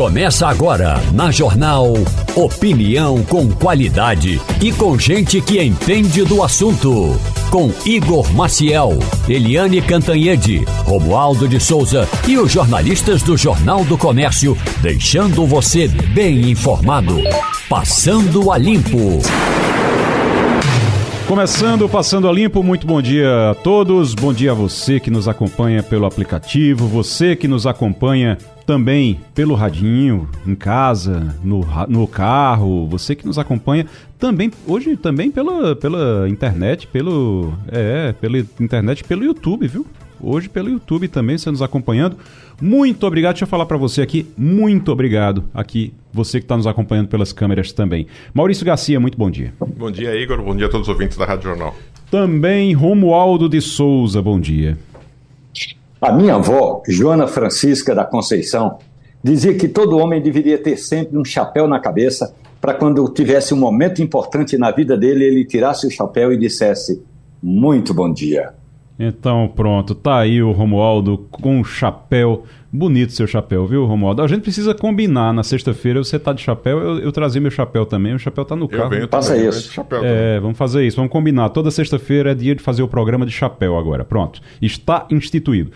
Começa agora na Jornal Opinião com qualidade e com gente que entende do assunto. Com Igor Maciel, Eliane Cantanhede, Romualdo de Souza e os jornalistas do Jornal do Comércio, deixando você bem informado. Passando a Limpo. Começando Passando a Limpo, muito bom dia a todos, bom dia a você que nos acompanha pelo aplicativo, você que nos acompanha também pelo radinho, em casa, no carro, você que nos acompanha também, hoje também pela internet, pela internet, pelo YouTube, viu? Hoje pelo YouTube também, você nos acompanhando. Muito obrigado, deixa eu falar para você aqui, muito obrigado aqui, você que está nos acompanhando pelas câmeras também. Maurício Garcia, muito bom dia. Bom dia, Igor, bom dia a todos os ouvintes da Rádio Jornal. Também Romualdo de Souza, bom dia. A minha avó, Joana Francisca da Conceição, dizia que todo homem deveria ter sempre um chapéu na cabeça para quando tivesse um momento importante na vida dele, ele tirasse o chapéu e dissesse, muito bom dia. Então pronto, tá aí o Romualdo com o chapéu, bonito seu chapéu, viu, Romualdo? A gente precisa combinar, na sexta-feira você tá de chapéu, eu trazer meu chapéu também, o chapéu tá no carro. Passa isso. Vamos fazer isso, vamos combinar, toda sexta-feira é dia de fazer o programa de chapéu agora, pronto, está instituído.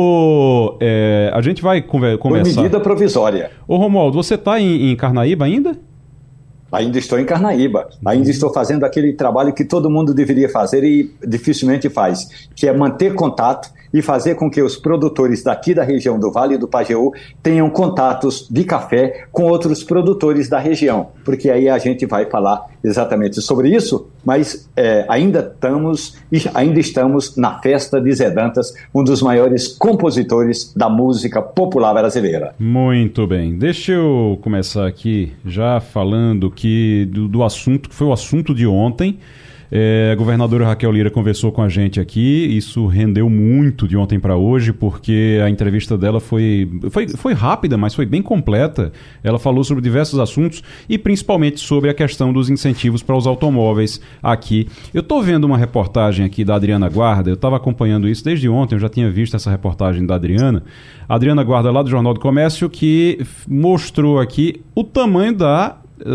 A gente vai conversar... Foi medida provisória. Ô Romualdo, você tá em Carnaíba ainda? Ainda estou em Carnaíba, ainda estou fazendo aquele trabalho que todo mundo deveria fazer e dificilmente faz, que é manter contato e fazer com que os produtores daqui da região do Vale do Pajeú tenham contatos de café com outros produtores da região, porque aí a gente vai falar exatamente sobre isso, mas ainda estamos na festa de Zé Dantas, um dos maiores compositores da música popular brasileira. Muito bem, deixa eu começar aqui já falando do assunto que foi o assunto de ontem. A governadora Raquel Lira conversou com a gente aqui, isso rendeu muito de ontem para hoje, porque a entrevista dela foi rápida, mas foi bem completa. Ela falou sobre diversos assuntos e principalmente sobre a questão dos incentivos para os automóveis aqui. Eu estou vendo uma reportagem aqui da Adriana Guarda, eu estava acompanhando isso desde ontem, eu já tinha visto essa reportagem da Adriana Guarda lá do Jornal do Comércio, que mostrou aqui o tamanho da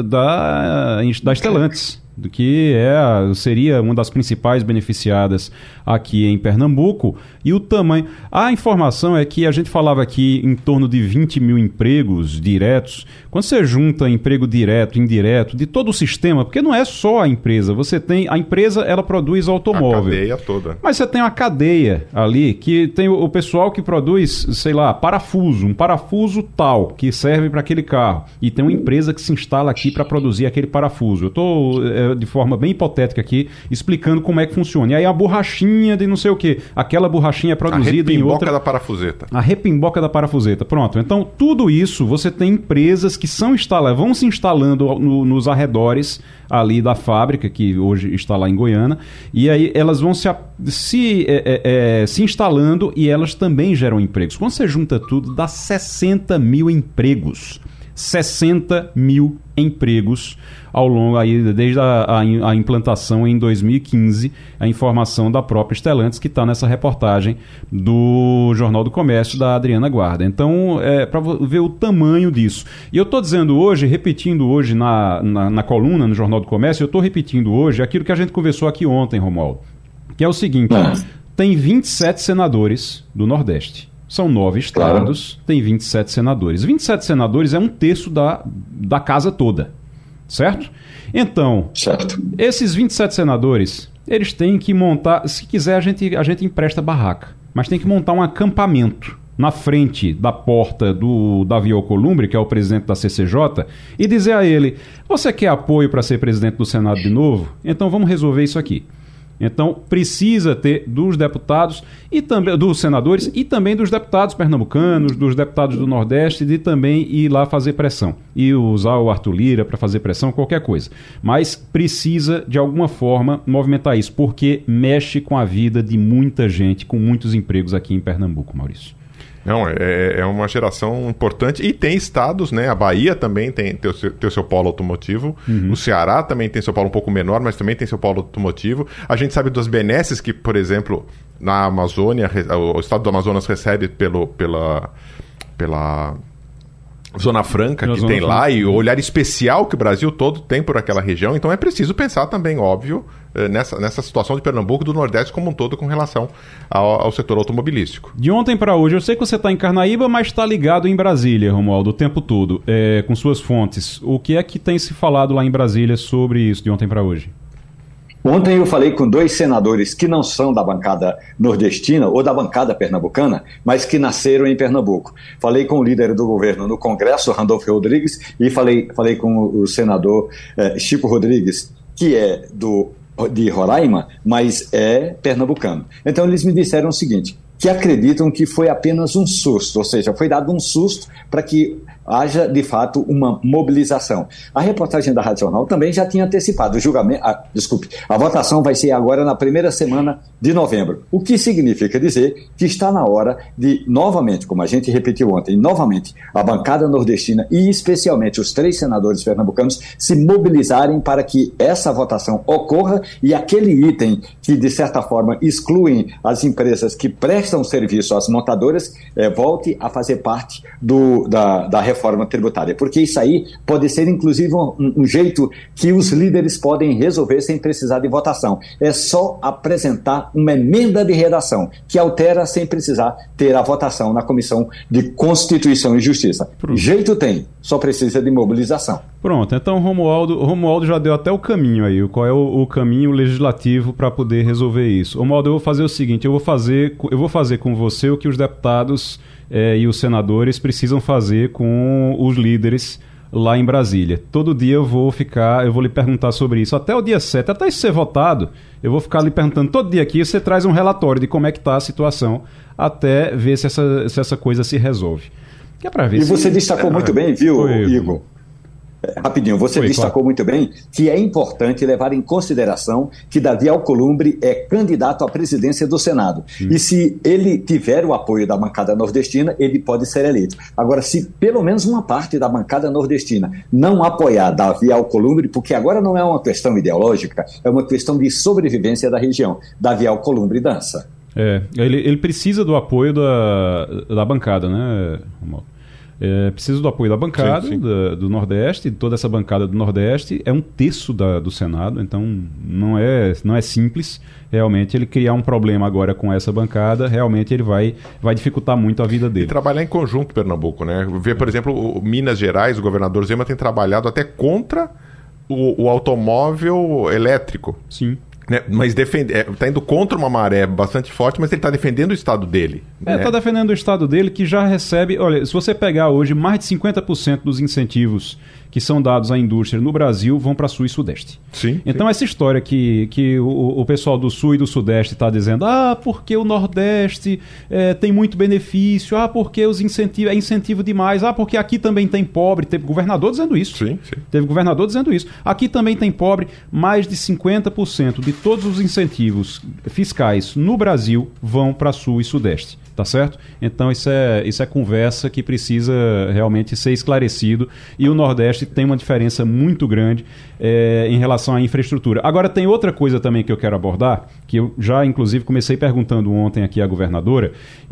Stellantis, do que seria uma das principais beneficiadas aqui em Pernambuco, e o tamanho. A informação é que a gente falava aqui em torno de 20 mil empregos diretos. Quando você junta emprego direto, indireto, de todo o sistema, porque não é só a empresa, a empresa ela produz automóvel. A cadeia toda. Mas você tem uma cadeia ali, que tem o pessoal que produz, sei lá, parafuso, um parafuso tal, que serve para aquele carro, e tem uma empresa que se instala aqui para produzir aquele parafuso. Eu estou de forma bem hipotética aqui, explicando como é que funciona. E aí a borrachinha de não sei o que, aquela borrachinha é produzida em outra... da parafuseta. A repimboca da parafuseta, pronto. Então, tudo isso, você tem empresas que vão se instalando nos arredores ali da fábrica, que hoje está lá em Goiânia, e aí elas vão se instalando e elas também geram empregos. Quando você junta tudo, dá 60 mil empregos. 60 mil empregos ao longo aí, desde a implantação em 2015, a informação da própria Stellantis, que está nessa reportagem do Jornal do Comércio da Adriana Guarda. Então, para ver o tamanho disso. E eu estou dizendo hoje, repetindo hoje na coluna, no Jornal do Comércio, eu estou repetindo hoje aquilo que a gente conversou aqui ontem, Romualdo, que é o seguinte, tem 27 senadores do Nordeste. São 9 estados, tem 27 senadores. 27 senadores é um terço da casa toda, certo? Então, esses 27 senadores, eles têm que montar, se quiser a gente empresta barraca, mas tem que montar um acampamento na frente da porta do Davi Alcolumbre, que é o presidente da CCJ, e dizer a ele, você quer apoio para ser presidente do Senado de novo? Então vamos resolver isso aqui. Então, precisa ter dos deputados e também dos senadores e também dos deputados pernambucanos, dos deputados do Nordeste, de também ir lá fazer pressão e usar o Arthur Lira para fazer pressão, qualquer coisa. Mas precisa, de alguma forma, movimentar isso, porque mexe com a vida de muita gente, com muitos empregos aqui em Pernambuco, Maurício. Não, é uma geração importante. E tem estados, né? A Bahia também tem o seu polo automotivo. Uhum. O Ceará também tem seu polo um pouco menor, mas também tem seu polo automotivo. A gente sabe das benesses que, por exemplo, na Amazônia, o estado do Amazonas recebe pela Zona Franca que tem lá e o olhar especial que o Brasil todo tem por aquela região. Então é preciso pensar também, óbvio, nessa situação de Pernambuco e do Nordeste como um todo com relação ao setor automobilístico. De ontem para hoje, eu sei que você está em Carnaíba, mas está ligado em Brasília, Romualdo, o tempo todo, com suas fontes. O que é que tem se falado lá em Brasília sobre isso de ontem para hoje? Ontem eu falei com 2 senadores que não são da bancada nordestina ou da bancada pernambucana, mas que nasceram em Pernambuco. Falei com o líder do governo no Congresso, Randolfo Rodrigues, e falei com o senador Chico Rodrigues, que é de Roraima, mas é pernambucano. Então eles me disseram o seguinte, que acreditam que foi apenas um susto, ou seja, foi dado um susto para que haja, de fato, uma mobilização. A reportagem da Rádio Jornal também já tinha antecipado o julgamento. A votação vai ser agora na primeira semana de novembro, o que significa dizer que está na hora de, novamente, como a gente repetiu ontem, novamente, a bancada nordestina e especialmente os 3 senadores pernambucanos se mobilizarem para que essa votação ocorra e aquele item que, de certa forma, excluem as empresas que prestam serviço às montadoras, volte a fazer parte da reforma tributária, porque isso aí pode ser inclusive um jeito que os líderes podem resolver sem precisar de votação. É só apresentar uma emenda de redação que altera sem precisar ter a votação na Comissão de Constituição e Justiça. Pronto. Jeito tem, só precisa de mobilização. Pronto, então Romualdo já deu até o caminho aí, qual é o caminho legislativo para poder resolver isso. Romualdo, eu vou fazer o seguinte, eu vou fazer com você o que os deputados e os senadores precisam fazer com os líderes lá em Brasília. Todo dia eu vou lhe perguntar sobre isso, até o dia 7, até isso ser votado, eu vou ficar lhe perguntando todo dia aqui, você traz um relatório de como é que está a situação, até ver se essa coisa se resolve. Que é para ver você destacou muito bem, viu, Igor? Rapidinho, você destacou muito bem que é importante levar em consideração que Davi Alcolumbre é candidato à presidência do Senado. E se ele tiver o apoio da bancada nordestina, ele pode ser eleito. Agora, se pelo menos uma parte da bancada nordestina não apoiar Davi Alcolumbre, porque agora não é uma questão ideológica, é uma questão de sobrevivência da região, Davi Alcolumbre dança. Ele precisa do apoio da bancada, né, Romualdo? Precisa do apoio da bancada, sim. Do Nordeste, de toda essa bancada do Nordeste, é 1/3 do Senado, então não é simples, realmente, ele criar um problema agora com essa bancada, realmente ele vai dificultar muito a vida dele. E trabalhar em conjunto, Pernambuco, né? Ver, por exemplo, o Minas Gerais, o governador Zema tem trabalhado até contra o automóvel elétrico. Sim. Né? Mas está indo contra uma maré bastante forte, mas ele está defendendo o estado dele. Está defendendo o estado dele, que já recebe... Olha, se você pegar hoje, mais de 50% dos incentivos que são dados à indústria no Brasil vão para Sul e Sudeste. Sim. Então essa história que o pessoal do Sul e do Sudeste está dizendo, porque o Nordeste tem muito benefício, porque os incentivos, é incentivo demais, porque aqui também tem pobre, teve governador dizendo isso. Sim. Teve governador dizendo isso. Aqui também tem pobre, mais de 50% de todos os incentivos fiscais no Brasil vão para Sul e Sudeste. Tá certo? Então isso é conversa que precisa realmente ser esclarecido, e o Nordeste tem uma diferença muito grande em relação à infraestrutura. Agora tem outra coisa também que eu quero abordar, que eu já inclusive comecei perguntando ontem aqui à governadora,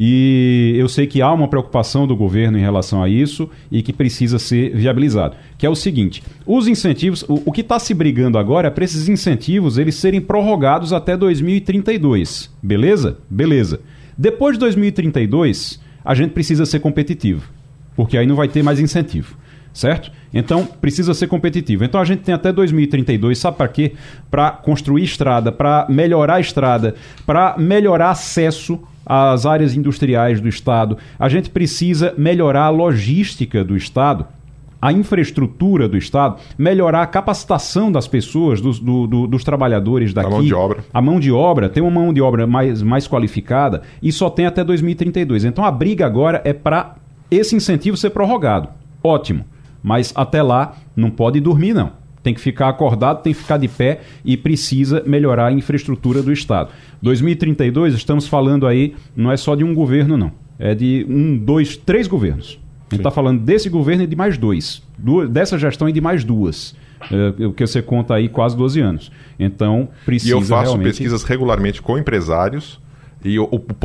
e eu sei que há uma preocupação do governo em relação a isso e que precisa ser viabilizado, que é o seguinte: os incentivos, o que está se brigando agora é para esses incentivos eles serem prorrogados até 2032, beleza? Beleza. Depois de 2032, a gente precisa ser competitivo, porque aí não vai ter mais incentivo, certo? Então, precisa ser competitivo. Então, a gente tem até 2032, sabe para quê? Para construir estrada, para melhorar a estrada, para melhorar acesso às áreas industriais do Estado. A gente precisa melhorar a logística do Estado, a infraestrutura do Estado, melhorar a capacitação das pessoas, dos trabalhadores daqui. A mão de obra. A mão de obra, ter uma mão de obra mais qualificada, e só tem até 2032. Então a briga agora é para esse incentivo ser prorrogado. Ótimo, mas até lá não pode dormir não. Tem que ficar acordado, tem que ficar de pé e precisa melhorar a infraestrutura do Estado. 2032, estamos falando aí, não é só de um governo não, é de 1, 2, 3 governos. A gente está falando desse governo e de mais 2. Dessa gestão e de mais 2. O que você conta aí quase 12 anos. Então, precisa realmente... E eu faço pesquisas regularmente com empresários, e o ponto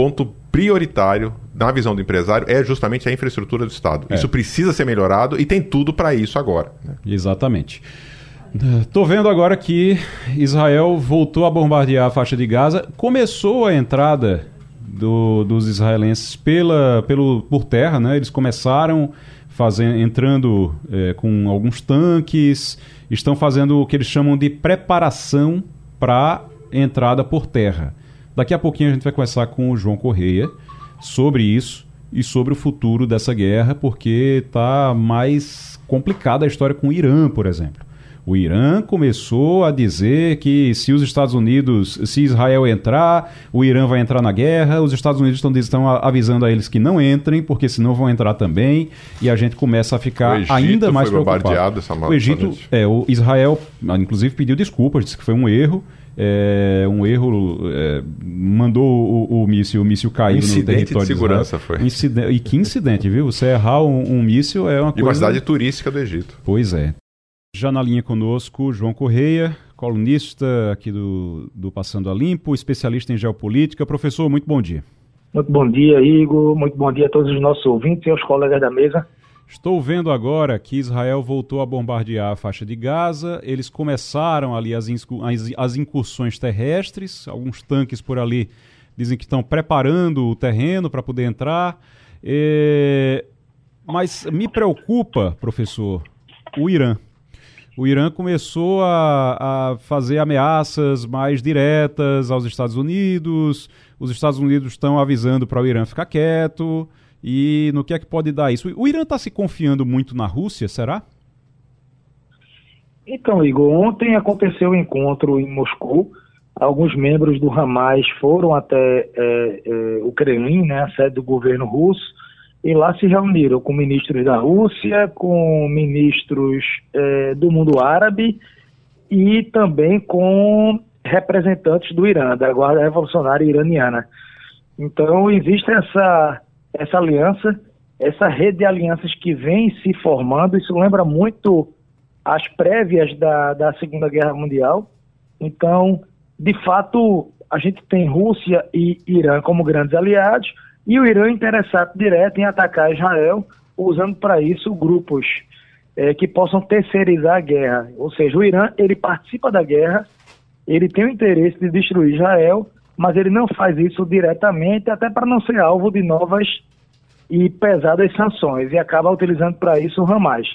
prioritário, na visão do empresário, é justamente a infraestrutura do Estado. Isso precisa ser melhorado e tem tudo para isso agora. Né? Exatamente. Estou vendo agora que Israel voltou a bombardear a faixa de Gaza. Começou a entrada dos israelenses por terra, né? Eles começaram entrando com alguns tanques, estão fazendo o que eles chamam de preparação para entrada por terra. Daqui a pouquinho a gente vai conversar com o João Correia sobre isso e sobre o futuro dessa guerra, porque está mais complicada a história com o Irã, por exemplo. O Irã começou a dizer que se Israel entrar, o Irã vai entrar na guerra. Os Estados Unidos estão avisando a eles que não entrem, porque senão vão entrar também. E a gente começa a ficar ainda mais preocupado. O Egito, o Israel, inclusive, pediu desculpas, disse que foi um erro. Mandou o míssil cair no território de segurança foi. E que incidente, viu? Você errar um míssil é uma coisa... E uma cidade turística do Egito. Pois é. Já na linha conosco, João Correia, colunista aqui do Passando a Limpo, especialista em geopolítica. Professor, muito bom dia. Muito bom dia, Igor. Muito bom dia a todos os nossos ouvintes e aos colegas da mesa. Estou vendo agora que Israel voltou a bombardear a faixa de Gaza. Eles começaram ali as incursões terrestres. Alguns tanques por ali dizem que estão preparando o terreno para poder entrar. Mas me preocupa, professor, o Irã. O Irã começou a fazer ameaças mais diretas aos Estados Unidos. Os Estados Unidos estão avisando para o Irã ficar quieto. E no que é que pode dar isso? O Irã está se confiando muito na Rússia, será? Então, Igor, ontem aconteceu um encontro em Moscou. Alguns membros do Hamas foram até o Kremlin, né, a sede do governo russo, e lá se reuniram com ministros da Rússia, com ministros do mundo árabe e também com representantes do Irã, da Guarda Revolucionária Iraniana. Então, existe essa aliança, essa rede de alianças que vem se formando. Isso lembra muito as prévias da Segunda Guerra Mundial. Então, de fato, a gente tem Rússia e Irã como grandes aliados, e o Irã interessado direto em atacar Israel, usando para isso grupos que possam terceirizar a guerra. Ou seja, o Irã, ele participa da guerra, ele tem o interesse de destruir Israel, mas ele não faz isso diretamente, até para não ser alvo de novas e pesadas sanções, e acaba utilizando para isso o Hamas.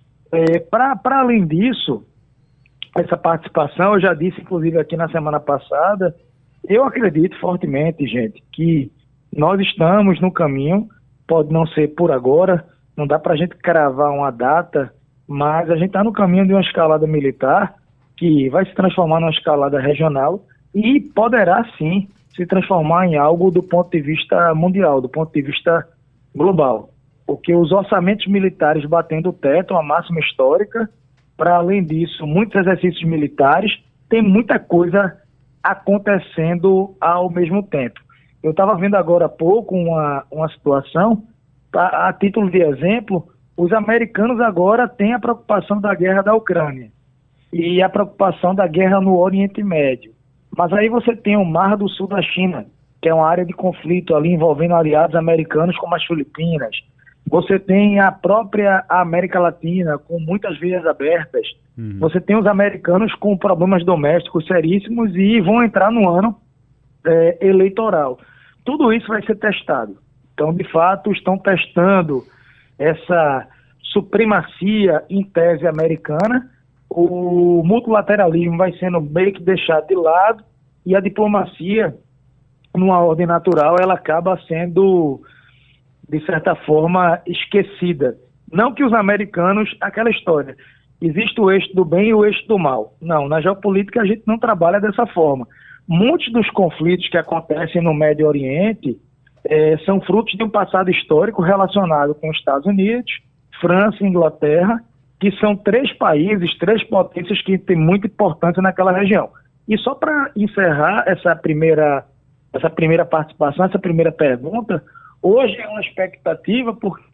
Para além disso, essa participação, eu já disse inclusive aqui na semana passada, eu acredito fortemente, gente, que nós estamos no caminho, pode não ser por agora, não dá para a gente cravar uma data, mas a gente está no caminho de uma escalada militar que vai se transformar numa escalada regional e poderá sim se transformar em algo do ponto de vista mundial, do ponto de vista global. Porque os orçamentos militares batendo o teto, uma máxima histórica, para além disso, muitos exercícios militares, tem muita coisa acontecendo ao mesmo tempo. Eu estava vendo agora há pouco uma situação, a título de exemplo, os americanos agora têm a preocupação da guerra da Ucrânia e a preocupação da guerra no Oriente Médio. Mas aí você tem o Mar do Sul da China, que é uma área de conflito ali envolvendo aliados americanos como as Filipinas. Você tem a própria América Latina com muitas vias abertas. Você tem os americanos com problemas domésticos seríssimos e vão entrar no ano eleitoral. Tudo isso vai ser testado. Então, de fato, estão testando essa supremacia em tese americana. O multilateralismo vai sendo meio que deixado de lado e a diplomacia, numa ordem natural, ela acaba sendo, de certa forma, esquecida. Não que os americanos, aquela história, existe o eixo do bem e o eixo do mal. Não, na geopolítica a gente não trabalha dessa forma. Muitos dos conflitos que acontecem no Médio Oriente são frutos de um passado histórico relacionado com os Estados Unidos, França e Inglaterra, que são três países, três potências que têm muita importância naquela região. E só para encerrar essa primeira participação, essa primeira pergunta, hoje é uma expectativa porque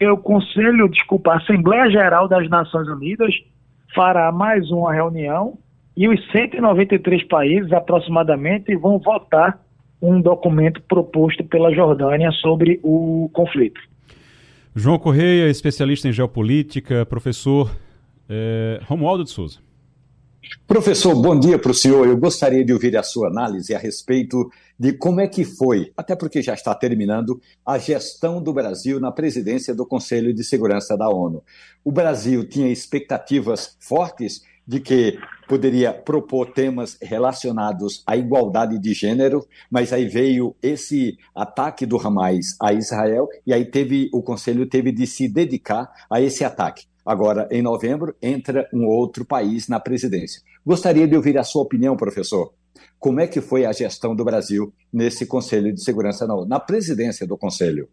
a Assembleia Geral das Nações Unidas fará mais uma reunião e os 193 países aproximadamente vão votar um documento proposto pela Jordânia sobre o conflito. João Correia, especialista em geopolítica, professor Romualdo de Souza. Professor, bom dia para o senhor. Eu gostaria de ouvir a sua análise a respeito de como é que foi, até porque já está terminando, a gestão do Brasil na presidência do Conselho de Segurança da ONU. O Brasil tinha expectativas fortes de que poderia propor temas relacionados à igualdade de gênero, mas aí veio esse ataque do Hamas a Israel e aí o Conselho teve de se dedicar a esse ataque. Agora, em novembro, entra um outro país na presidência. Gostaria de ouvir a sua opinião, professor. Como é que foi a gestão do Brasil nesse Conselho de Segurança, na presidência do Conselho?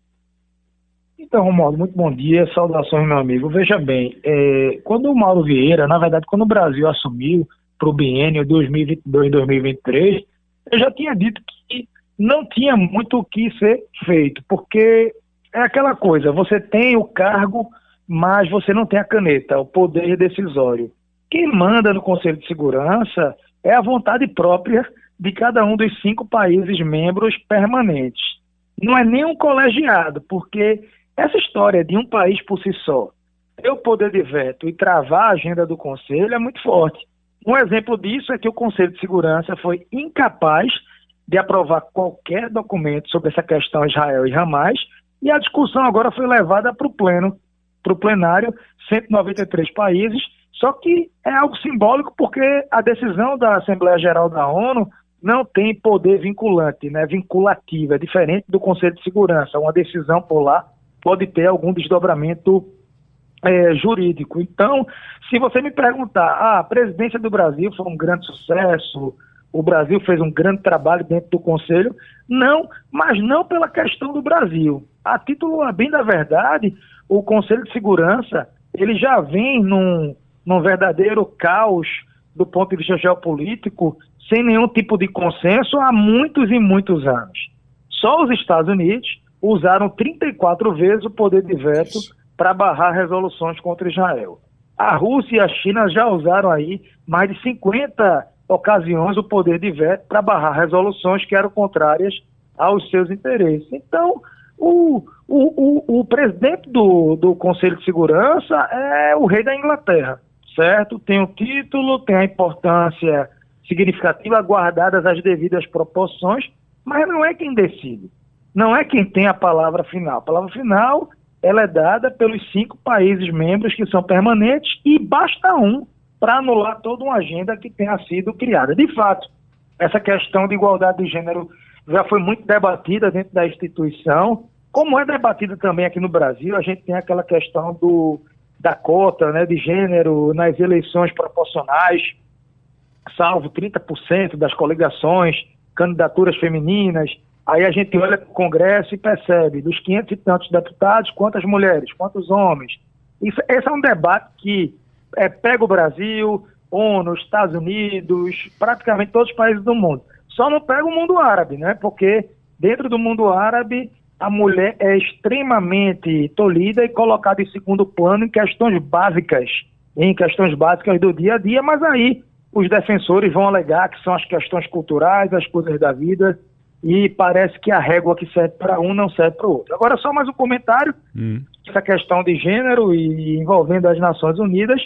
Então, Romualdo, muito bom dia, saudações, meu amigo. Veja bem, quando o Mauro Vieira, na verdade, quando o Brasil assumiu para o biênio 2022-2023, eu já tinha dito que não tinha muito o que ser feito, porque é aquela coisa, você tem o cargo, mas você não tem a caneta, o poder decisório. Quem manda no Conselho de Segurança é a vontade própria de cada um dos 5 países membros permanentes. Não é nem um colegiado, porque essa história de um país por si só ter o poder de veto e travar a agenda do Conselho é muito forte. Um exemplo disso é que o Conselho de Segurança foi incapaz de aprovar qualquer documento sobre essa questão Israel e Hamas, e a discussão agora foi levada para o plenário, 193 países, só que é algo simbólico porque a decisão da Assembleia Geral da ONU não tem poder vinculante, né, vinculativo, é diferente do Conselho de Segurança. Uma decisão por lá pode ter algum desdobramento jurídico. Então, se você me perguntar, a presidência do Brasil foi um grande sucesso, o Brasil fez um grande trabalho dentro do Conselho, não, mas não pela questão do Brasil. A título bem da verdade, o Conselho de Segurança, ele já vem num verdadeiro caos do ponto de vista geopolítico, sem nenhum tipo de consenso há muitos e muitos anos. Só os Estados Unidos usaram 34 vezes o poder de veto para barrar resoluções contra Israel. A Rússia e a China já usaram aí mais de 50 ocasiões o poder de veto para barrar resoluções que eram contrárias aos seus interesses. Então, o presidente do Conselho de Segurança é o rei da Inglaterra, certo? Tem o título, tem a importância significativa, guardadas as devidas proporções, mas não é quem decide. Não é quem tem a palavra final. A palavra final, ela é dada pelos 5 países membros que são permanentes e basta um para anular toda uma agenda que tenha sido criada. De fato, essa questão de igualdade de gênero já foi muito debatida dentro da instituição, como é debatida também aqui no Brasil. A gente tem aquela questão da cota, né, de gênero nas eleições proporcionais, salvo 30% das coligações, candidaturas femininas. Aí a gente olha para o Congresso e percebe, dos 500 e tantos deputados, quantas mulheres, quantos homens. Esse é um debate que pega o Brasil, ONU, Estados Unidos, praticamente todos os países do mundo. Só não pega o mundo árabe, né? Porque dentro do mundo árabe, a mulher é extremamente tolhida e colocada em segundo plano em questões básicas do dia a dia, mas aí os defensores vão alegar que são as questões culturais, as coisas da vida, e parece que a régua que serve para um não serve para o outro. Agora, só mais um comentário, essa questão de gênero e envolvendo as Nações Unidas,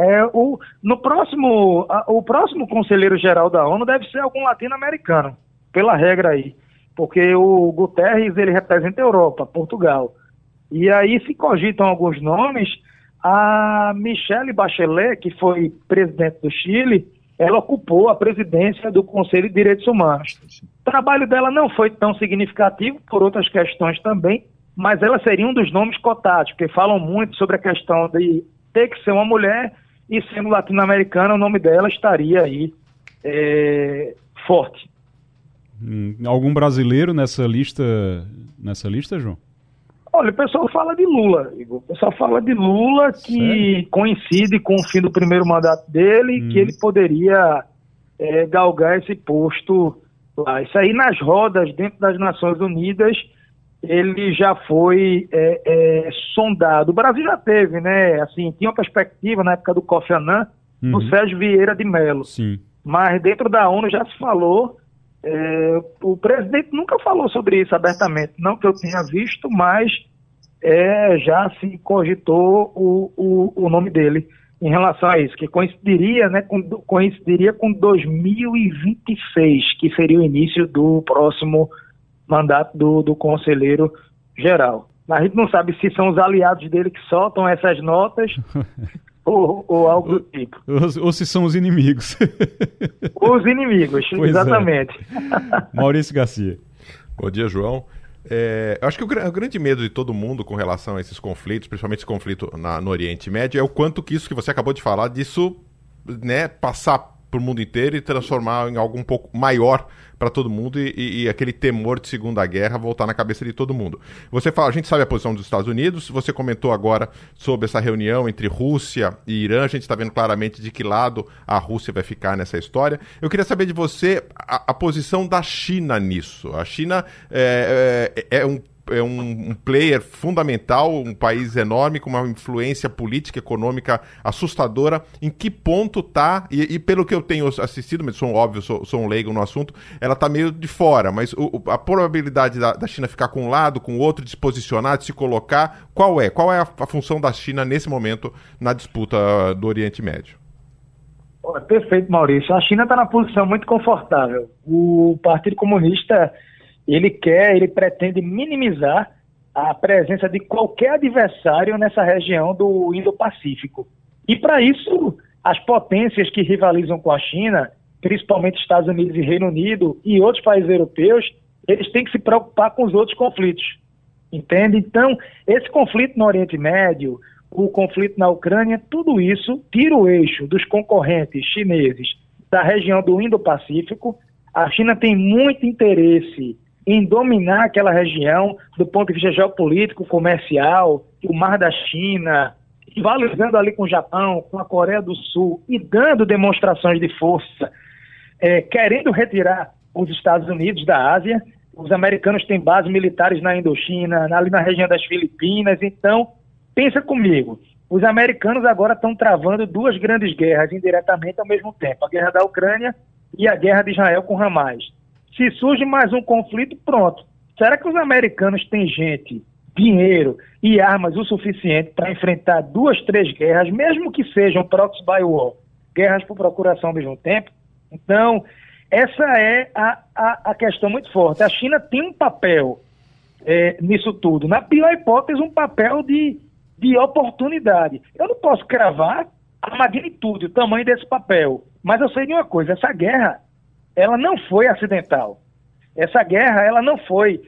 o próximo conselheiro-geral da ONU deve ser algum latino-americano, pela regra aí, porque o Guterres, ele representa a Europa, Portugal, e aí se cogitam alguns nomes. A Michelle Bachelet, que foi presidente do Chile, ela ocupou a presidência do Conselho de Direitos Humanos. O trabalho dela não foi tão significativo, por outras questões também, mas ela seria um dos nomes cotados, porque falam muito sobre a questão de ter que ser uma mulher, e sendo latino-americana, o nome dela estaria aí forte. Algum brasileiro nessa lista, João? Olha, o pessoal fala de Lula, Igor. O pessoal fala de Lula, que Sério? coincide com o fim do primeiro mandato dele, que ele poderia galgar esse posto lá. Isso aí nas rodas dentro das Nações Unidas, ele já foi sondado. O Brasil já teve, né? Assim, tinha uma perspectiva na época do Kofi Annan, do Sérgio Vieira de Mello. Sim. Mas dentro da ONU já se falou o presidente nunca falou sobre isso abertamente, não que eu tenha visto, mas já se cogitou o nome dele em relação a isso, que coincidiria com 2026, que seria o início do próximo mandato do conselheiro geral. Mas a gente não sabe se são os aliados dele que soltam essas notas ou algo do tipo. Ou se são os inimigos. Os inimigos, pois exatamente. Maurício Garcia. Bom dia, João. Eu acho que o grande medo de todo mundo com relação a esses conflitos, principalmente esse conflito no Oriente Médio, é o quanto que isso que você acabou de falar, disso, né, passar para o mundo inteiro e transformar em algo um pouco maior para todo mundo e aquele temor de Segunda Guerra voltar na cabeça de todo mundo. Você fala, a gente sabe a posição dos Estados Unidos, você comentou agora sobre essa reunião entre Rússia e Irã, a gente está vendo claramente de que lado a Rússia vai ficar nessa história. Eu queria saber de você a posição da China nisso. A China é um player fundamental, um país enorme, com uma influência política, econômica assustadora. Em que ponto está, e pelo que eu tenho assistido, mas sou um leigo no assunto, ela está meio de fora, mas a probabilidade da China ficar com um lado, com o outro, de se posicionar, de se colocar, qual é? Qual é a função da China nesse momento na disputa do Oriente Médio? Perfeito, Maurício. A China está na posição muito confortável. O Partido Comunista ele pretende minimizar a presença de qualquer adversário nessa região do Indo-Pacífico. E para isso, as potências que rivalizam com a China, principalmente Estados Unidos e Reino Unido e outros países europeus, eles têm que se preocupar com os outros conflitos. Entende? Então, esse conflito no Oriente Médio, o conflito na Ucrânia, tudo isso tira o eixo dos concorrentes chineses da região do Indo-Pacífico. A China tem muito interesse em dominar aquela região do ponto de vista geopolítico, comercial, o Mar da China, rivalizando ali com o Japão, com a Coreia do Sul e dando demonstrações de força, querendo retirar os Estados Unidos da Ásia. Os americanos têm bases militares na Indochina, ali na região das Filipinas. Então, pensa comigo, os americanos agora estão travando duas grandes guerras indiretamente ao mesmo tempo, a guerra da Ucrânia e a guerra de Israel com Hamas. Se surge mais um conflito, pronto. Será que os americanos têm gente, dinheiro e armas o suficiente para enfrentar 2, 3 guerras, mesmo que sejam proxy by war, guerras por procuração ao mesmo tempo? Então, essa é a questão muito forte. A China tem um papel nisso tudo. Na pior hipótese, um papel de oportunidade. Eu não posso cravar a magnitude, o tamanho desse papel, mas eu sei de uma coisa, essa guerra ela não foi acidental. Essa guerra, ela não foi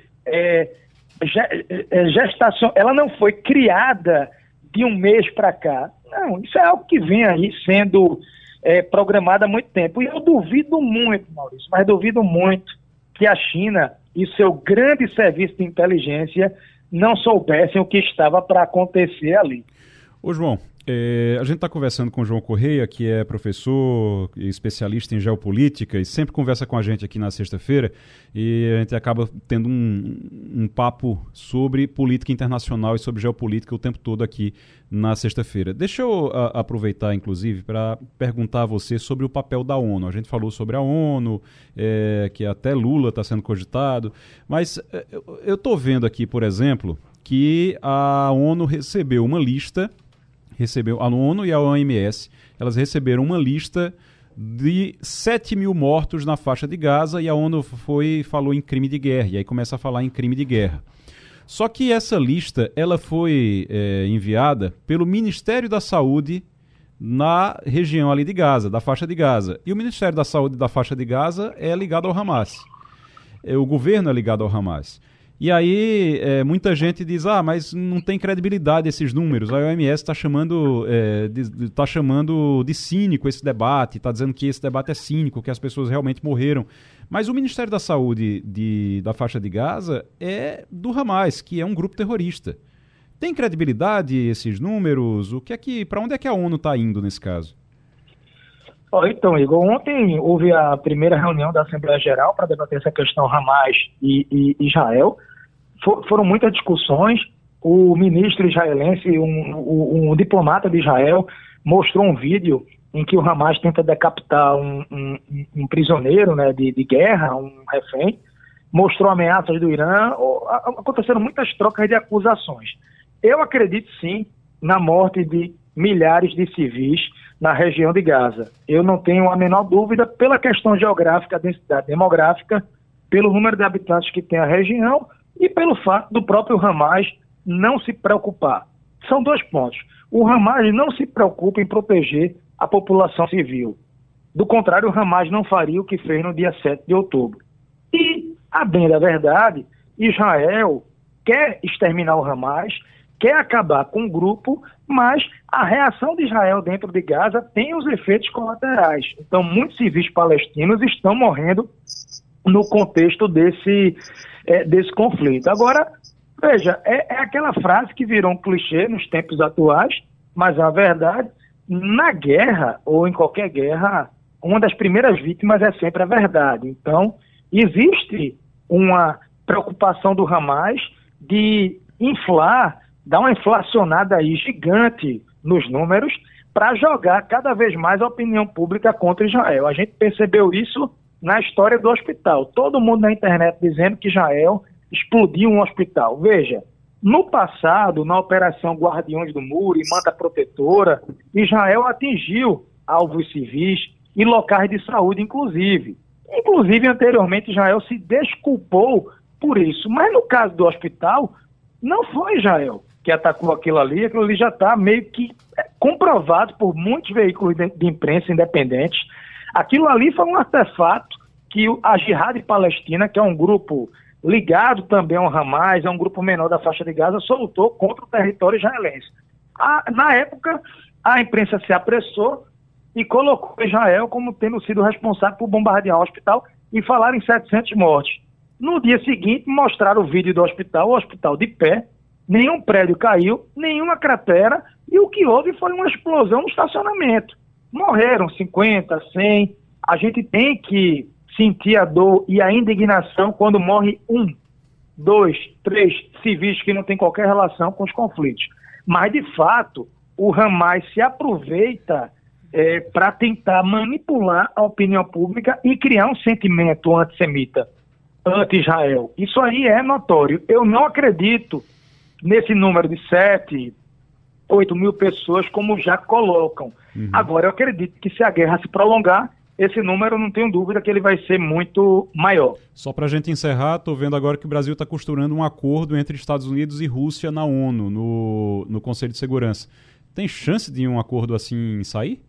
ela não foi criada de um mês para cá. Não, isso é algo que vem aí sendo programado há muito tempo. E eu duvido muito, Maurício, mas duvido muito que a China e seu grande serviço de inteligência não soubessem o que estava para acontecer ali. Ô, João, a gente está conversando com o João Correia, que é professor e especialista em geopolítica e sempre conversa com a gente aqui na sexta-feira, e a gente acaba tendo um papo sobre política internacional e sobre geopolítica o tempo todo aqui na sexta-feira. Deixa eu aproveitar, inclusive, para perguntar a você sobre o papel da ONU. A gente falou sobre a ONU, que até Lula está sendo cogitado, mas eu estou vendo aqui, por exemplo, que a ONU recebeu uma lista. A ONU e a OMS, elas receberam uma lista de 7 mil mortos na faixa de Gaza, e a ONU falou em crime de guerra, e aí começa a falar em crime de guerra. Só que essa lista ela foi enviada pelo Ministério da Saúde na região ali de Gaza, da faixa de Gaza. E o Ministério da Saúde da faixa de Gaza é ligado ao Hamas. O governo é ligado ao Hamas. E aí muita gente diz, mas não tem credibilidade esses números. A OMS está chamando de cínico esse debate, está dizendo que esse debate é cínico, que as pessoas realmente morreram. Mas o Ministério da Saúde da faixa de Gaza é do Hamas, que é um grupo terrorista. Tem credibilidade esses números? Para onde é que a ONU está indo nesse caso? Então, Igor, ontem houve a primeira reunião da Assembleia Geral para debater essa questão Hamas e Israel. Foram muitas discussões. O ministro israelense, um diplomata de Israel, mostrou um vídeo em que o Hamas tenta decapitar um prisioneiro, né, de guerra, um refém, mostrou ameaças do Irã, aconteceram muitas trocas de acusações. Eu acredito sim na morte de milhares de civis na região de Gaza. Eu não tenho a menor dúvida pela questão geográfica, densidade demográfica, pelo número de habitantes que tem a região e pelo fato do próprio Hamas não se preocupar. São 2 pontos. O Hamas não se preocupa em proteger a população civil. Do contrário, o Hamas não faria o que fez no dia 7 de outubro. E, a bem da verdade, Israel quer exterminar o Hamas, quer acabar com o grupo, mas a reação de Israel dentro de Gaza tem os efeitos colaterais. Então, muitos civis palestinos estão morrendo no contexto desse conflito. Agora, veja, é aquela frase que virou um clichê nos tempos atuais, mas a verdade, na guerra, ou em qualquer guerra, uma das primeiras vítimas é sempre a verdade. Então, existe uma preocupação do Hamas de inflar, dar uma inflacionada aí gigante nos números para jogar cada vez mais a opinião pública contra Israel. A gente percebeu isso na história do hospital. Todo mundo na internet dizendo que Israel explodiu um hospital. Veja, no passado, na Operação Guardiões do Muro e Manta Protetora, Israel atingiu alvos civis e locais de saúde, inclusive. Inclusive, anteriormente, Israel se desculpou por isso. Mas no caso do hospital, não foi Israel que atacou aquilo ali já está meio que comprovado por muitos veículos de imprensa independentes. Aquilo ali foi um artefato que a Jihad Palestina, que é um grupo ligado também ao Hamas, é um grupo menor da faixa de Gaza, soltou contra o território israelense. Na época, a imprensa se apressou e colocou Israel como tendo sido responsável por bombardear o hospital e falaram em 700 mortes. No dia seguinte, mostraram o vídeo do hospital, o hospital de pé, nenhum prédio caiu, nenhuma cratera, e o que houve foi uma explosão no estacionamento. Morreram 50, 100. A gente tem que sentir a dor e a indignação quando morre 1, 2, 3 civis que não têm qualquer relação com os conflitos. Mas, de fato, o Hamas se aproveita para tentar manipular a opinião pública e criar um sentimento antissemita, anti-Israel. Isso aí é notório. Eu não acredito nesse número de 7, 8 mil pessoas como já colocam. Agora, eu acredito que se a guerra se prolongar, esse número, não tenho dúvida que ele vai ser muito maior. Só para a gente encerrar, estou vendo agora que o Brasil está costurando um acordo entre Estados Unidos e Rússia na ONU, no Conselho de Segurança. Tem chance de um acordo assim sair?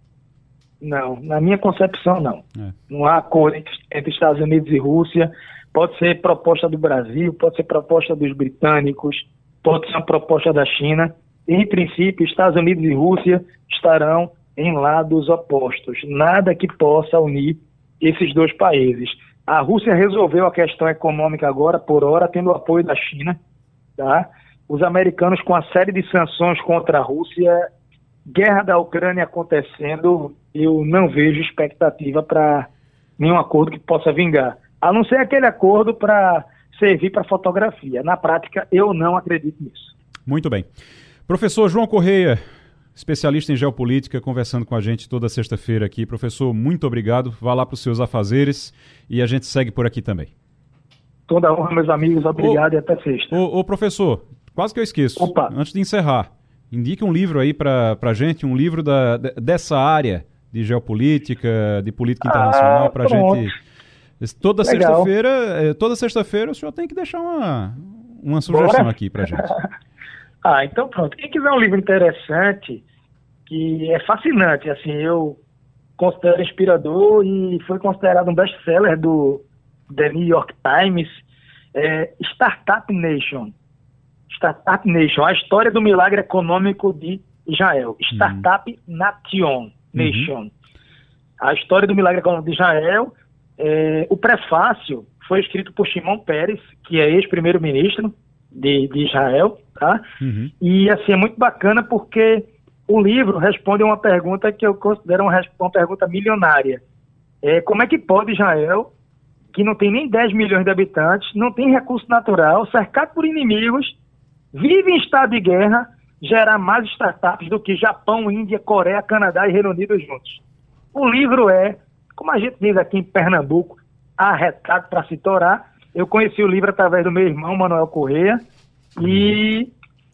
Não, na minha concepção não. Não há acordo entre Estados Unidos e Rússia. Pode ser proposta do Brasil, pode ser proposta dos britânicos, pode ser uma proposta da China. Em princípio, Estados Unidos e Rússia estarão em lados opostos. Nada que possa unir esses 2 países. A Rússia resolveu a questão econômica agora, por hora, tendo o apoio da China. Tá? Os americanos com a série de sanções contra a Rússia, guerra da Ucrânia acontecendo, eu não vejo expectativa para nenhum acordo que possa vingar. A não ser aquele acordo para servir para fotografia. Na prática, eu não acredito nisso. Muito bem. Professor João Correia, especialista em geopolítica, conversando com a gente toda sexta-feira aqui. Professor, muito obrigado. Vá lá para os seus afazeres e a gente segue por aqui também. Toda honra, meus amigos. Obrigado e até sexta. Ô professor, quase que eu esqueço. Opa. Antes de encerrar, indique um livro aí para a gente, um livro dessa área de geopolítica, de política internacional, para a gente... Toda sexta-feira o senhor tem que deixar uma sugestão aqui para a gente. Então pronto. Quem quiser um livro interessante, que é fascinante, assim, eu considero inspirador e foi considerado um best-seller do The New York Times, Startup Nation. Startup Nation, a história do milagre econômico de Israel. Startup Nation. A história do milagre econômico de Israel. O prefácio foi escrito por Shimon Peres, que é ex-primeiro-ministro de Israel, tá? E assim, é muito bacana porque o livro responde a uma pergunta que eu considero uma pergunta milionária. Como é que pode Israel, que não tem nem 10 milhões de habitantes, não tem recurso natural, cercado por inimigos, vive em estado de guerra, gerar mais startups do que Japão, Índia, Coreia, Canadá e Reino Unido juntos. O livro é, como a gente diz aqui em Pernambuco, arretado para se torar. Eu conheci o livro através do meu irmão, Manuel Correia, e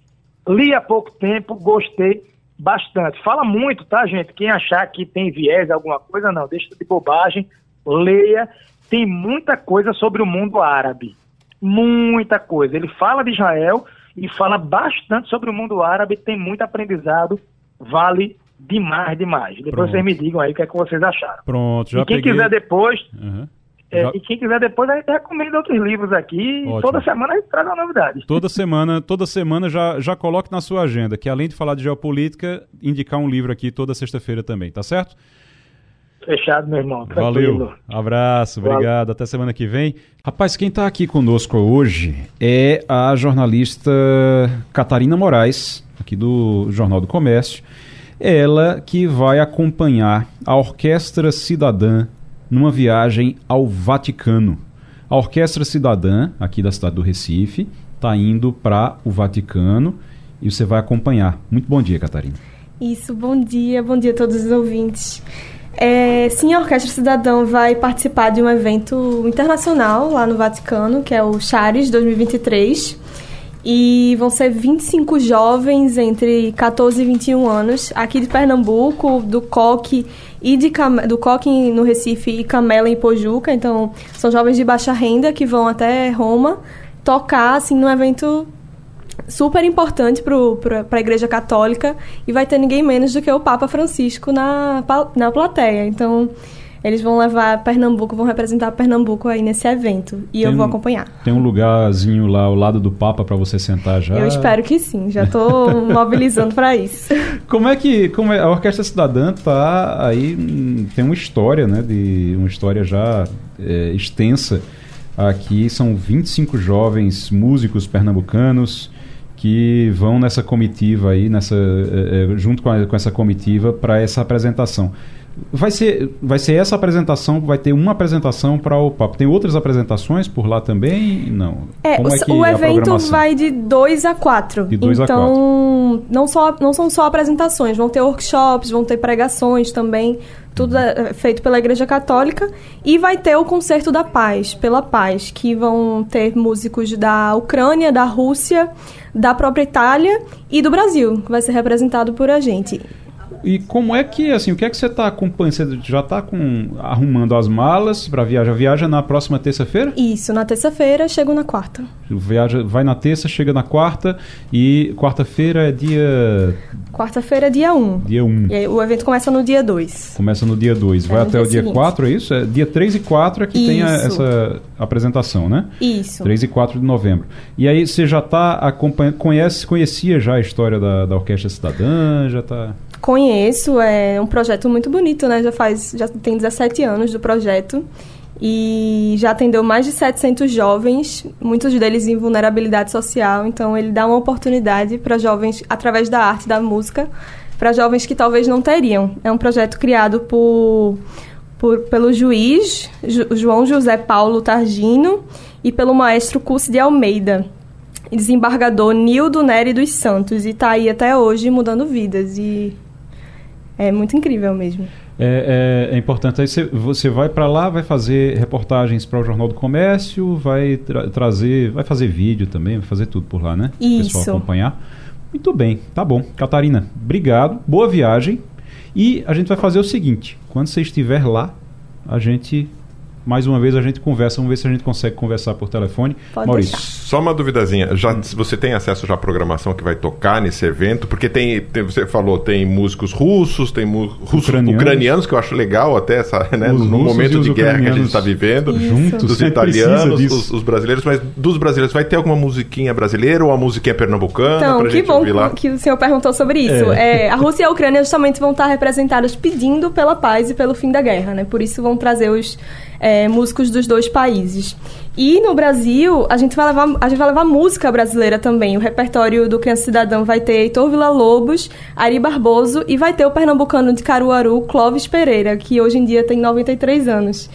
li há pouco tempo, gostei bastante. Fala muito, tá, gente? Quem achar que tem viés, alguma coisa, não, deixa de bobagem, leia. Tem muita coisa sobre o mundo árabe. Muita coisa. Ele fala de Israel e fala bastante sobre o mundo árabe, tem muito aprendizado, vale demais. Depois Pronto. vocês me digam aí o que é que vocês acharam. Pronto, já E quem peguei. quiser depois... Uhum. E quem quiser depois, a gente recomenda outros livros aqui. Ótimo. Toda semana a gente traz uma novidade. Toda semana já coloque na sua agenda, que além de falar de geopolítica, indicar um livro aqui toda sexta-feira também, tá certo? Fechado, meu irmão. Tranquilo. Valeu, abraço, obrigado, até semana que vem. Rapaz, quem está aqui conosco hoje é a jornalista Catarina Moraes, aqui do Jornal do Comércio. Ela que vai acompanhar a Orquestra Cidadã numa viagem ao Vaticano. A Orquestra Cidadã, aqui da cidade do Recife, está indo para o Vaticano e você vai acompanhar. Muito bom dia, Catarina. Isso, bom dia a todos os ouvintes. Sim, a Orquestra Cidadã vai participar de um evento internacional lá no Vaticano, que é o Charis 2023, e vão ser 25 jovens entre 14 e 21 anos, aqui de Pernambuco, do Coque do Coque no Recife e Camela em Pojuca. Então, são jovens de baixa renda que vão até Roma tocar, assim, num evento super importante para a Igreja Católica, e vai ter ninguém menos do que o Papa Francisco na plateia. Então, eles vão levar Pernambuco, vão representar Pernambuco aí nesse evento, e eu vou acompanhar. Tem um lugarzinho lá ao lado do Papa para você sentar já? Eu espero que sim, já estou mobilizando para isso. Como é a Orquestra Cidadã tá aí, tem uma história, né, uma história já extensa aqui. São 25 jovens músicos pernambucanos que vão nessa comitiva aí, junto com essa comitiva, para essa apresentação. Vai ser essa apresentação, vai ter uma apresentação para o Papa. Tem outras apresentações por lá também? Não. O evento vai de 2 a 4. De 2 a 4. Então, não são só apresentações, vão ter workshops, vão ter pregações também, tudo é feito pela Igreja Católica, e vai ter o Concerto da Paz, pela Paz, que vão ter músicos da Ucrânia, da Rússia, da própria Itália e do Brasil, que vai ser representado por a gente. E como é que, assim, o que é que você está acompanhando? Você já está arrumando as malas para viajar? Viaja na próxima terça-feira? Isso, na terça-feira, chego na quarta. Vai na terça, chega na quarta, e quarta-feira é dia... Quarta-feira é dia 1. Dia 1. E aí, o evento começa no dia 2. Começa no dia 2. Vai até o dia 4, é isso? Dia 3 e 4 é que tem essa apresentação, né? Isso. 3 e 4 de novembro. E aí você já está acompanhando, conhecia já a história da Orquestra Cidadã? Já está... Conheço, é um projeto muito bonito, né? Já tem 17 anos do projeto e já atendeu mais de 700 jovens, muitos deles em vulnerabilidade social. Então, ele dá uma oportunidade para jovens, através da arte, da música, para jovens que talvez não teriam. É um projeto criado pelo juiz João José Paulo Targino e pelo maestro Cussi de Almeida, desembargador Nildo Nery dos Santos, e está aí até hoje mudando vidas, e é muito incrível mesmo. É importante. Aí você vai para lá, vai fazer reportagens para o Jornal do Comércio, vai vai fazer vídeo também, vai fazer tudo por lá, né? Isso. O pessoal acompanhar. Muito bem, tá bom. Catarina, obrigado, boa viagem. E a gente vai fazer o seguinte: quando você estiver lá, mais uma vez a gente conversa, vamos ver se a gente consegue conversar por telefone. Pode Maurício. deixar. Só uma duvidazinha, você tem acesso já à programação que vai tocar nesse evento? Porque você falou, tem músicos russos, tem russos ucranianos, que eu acho legal até no momento de guerra que a gente está vivendo. Juntos, dos italianos, os brasileiros, mas dos brasileiros vai ter alguma musiquinha brasileira ou uma musiquinha pernambucana? Então, pra que gente bom ouvir lá? Que o senhor perguntou sobre isso. A Rússia e a Ucrânia justamente vão estar representadas pedindo pela paz e pelo fim da guerra, né? Por isso vão trazer os músicos dos dois países. E no Brasil, a gente vai levar música brasileira também. O repertório do Criança Cidadã vai ter Heitor Villa-Lobos, Ari Barboso, e vai ter o pernambucano de Caruaru, Clóvis Pereira, que hoje em dia tem 93 anos.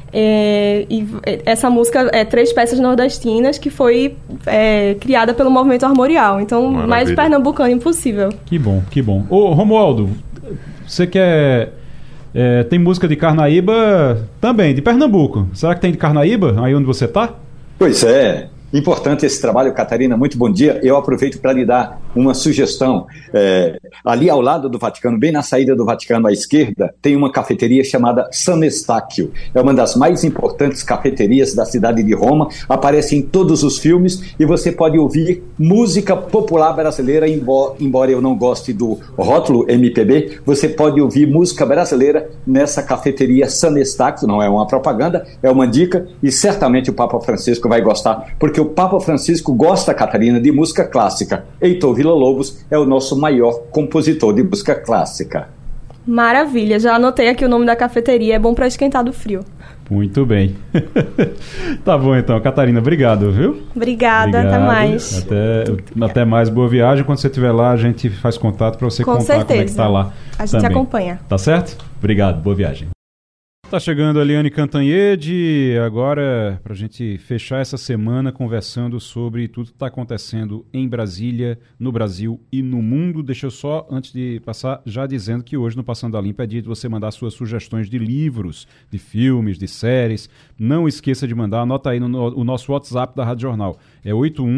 E essa música é Três Peças Nordestinas, que foi criada pelo Movimento Armorial. Então, Maravilha. mais pernambucano impossível. Que bom, que bom. Ô, Romualdo, você quer... tem música de Carnaíba também, de Pernambuco. Será que tem de Carnaíba, aí onde você tá? Pois é. Importante esse trabalho, Catarina, muito bom dia. Eu aproveito para lhe dar uma sugestão. Ali ao lado do Vaticano, bem na saída do Vaticano à esquerda, tem uma cafeteria chamada San Estáquio. É uma das mais importantes cafeterias da cidade de Roma, aparece em todos os filmes e você pode ouvir música popular brasileira, embora eu não goste do rótulo MPB, você pode ouvir música brasileira nessa cafeteria San Estáquio. Não é uma propaganda, é uma dica e certamente o Papa Francisco vai gostar, porque o Papa Francisco gosta, Catarina, de música clássica. Heitor Villa-Lobos é o nosso maior compositor de música clássica. Maravilha, já anotei aqui o nome da cafeteria, é bom para esquentar do frio. Muito bem. Tá bom então, Catarina, obrigado, viu? Obrigada, até mais. Até mais, boa viagem. Quando você estiver lá, a gente faz contato para você contar como é que tá lá. A gente também acompanha. Tá certo? Obrigado, boa viagem. Tá chegando a Eliane Cantanhede, agora para a gente fechar essa semana conversando sobre tudo que está acontecendo em Brasília, no Brasil e no mundo. Deixa eu só, antes de passar, já dizendo que hoje no Passando a Limpo é dia de você mandar suas sugestões de livros, de filmes, de séries. Não esqueça de mandar, anota aí o nosso WhatsApp da Rádio Jornal. É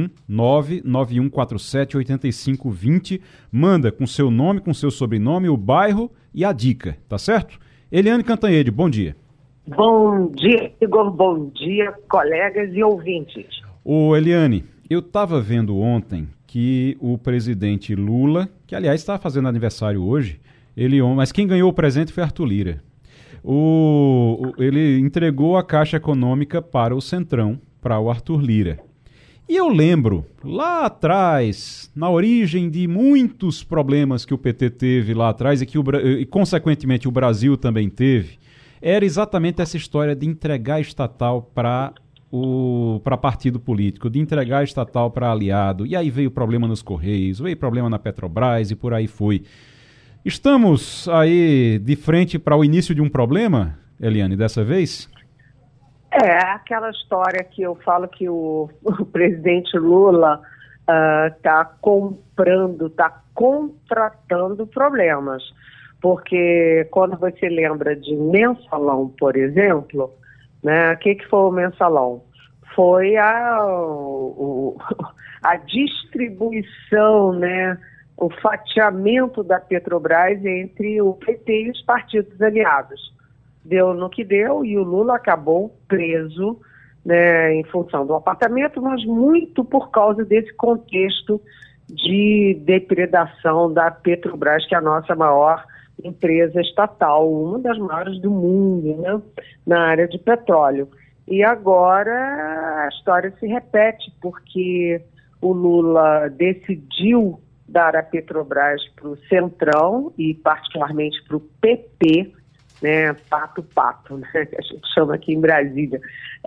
81991478520. Manda com seu nome, com seu sobrenome, o bairro e a dica, tá certo? Eliane Cantanhede, bom dia. Bom dia, Igor. Bom dia, colegas e ouvintes. Ô, Eliane, eu estava vendo ontem que o presidente Lula, que aliás está fazendo aniversário hoje, mas quem ganhou o presente foi Arthur Lira. Ele entregou a Caixa Econômica para o Centrão, para o Arthur Lira. E eu lembro, lá atrás, na origem de muitos problemas que o PT teve lá atrás e consequentemente, o Brasil também teve, era exatamente essa história de entregar estatal para partido político, de entregar estatal para aliado. E aí veio problema nos Correios, veio problema na Petrobras e por aí foi. Estamos aí de frente para o início de um problema, Eliane, dessa vez? Aquela história que eu falo que o presidente Lula está contratando problemas. Porque quando você lembra de mensalão, por exemplo, né, o que foi o mensalão? Foi a distribuição, né, o fatiamento da Petrobras entre o PT e os partidos aliados. Deu no que deu e o Lula acabou preso, né, em função do apartamento, mas muito por causa desse contexto de depredação da Petrobras, que é a nossa maior empresa estatal, uma das maiores do mundo, né, na área de petróleo. E agora a história se repete, porque o Lula decidiu dar a Petrobras para o Centrão e particularmente para o PP, né, pato, né, que a gente chama aqui em Brasília,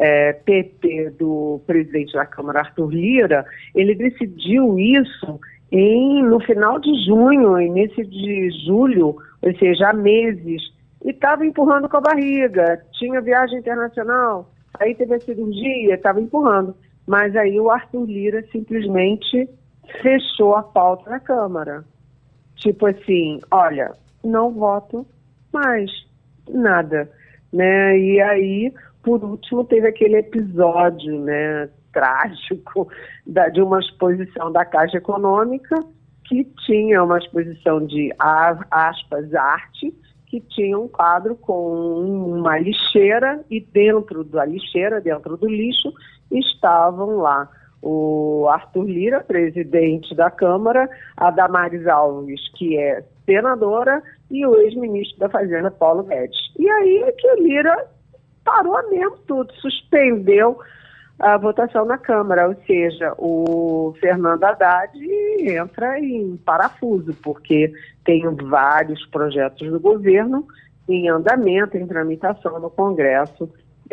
PP do presidente da Câmara, Arthur Lira. Ele decidiu isso no final de junho, início de julho, ou seja, há meses, e estava empurrando com a barriga. Tinha viagem internacional, aí teve a cirurgia, estava empurrando. Mas aí o Arthur Lira simplesmente fechou a pauta na Câmara. Tipo assim, olha, não voto mais. Nada, né? E aí, por último, teve aquele episódio, né, trágico de uma exposição da Caixa Econômica, que tinha uma exposição de, aspas, arte, que tinha um quadro com uma lixeira e dentro da lixeira, dentro do lixo, estavam lá o Arthur Lira, presidente da Câmara, a Damares Alves, que é senadora, e o ex-ministro da Fazenda, Paulo Guedes. E aí é que o Lira parou mesmo tudo, suspendeu a votação na Câmara, ou seja, o Fernando Haddad entra em parafuso, porque tem vários projetos do governo em andamento, em tramitação no Congresso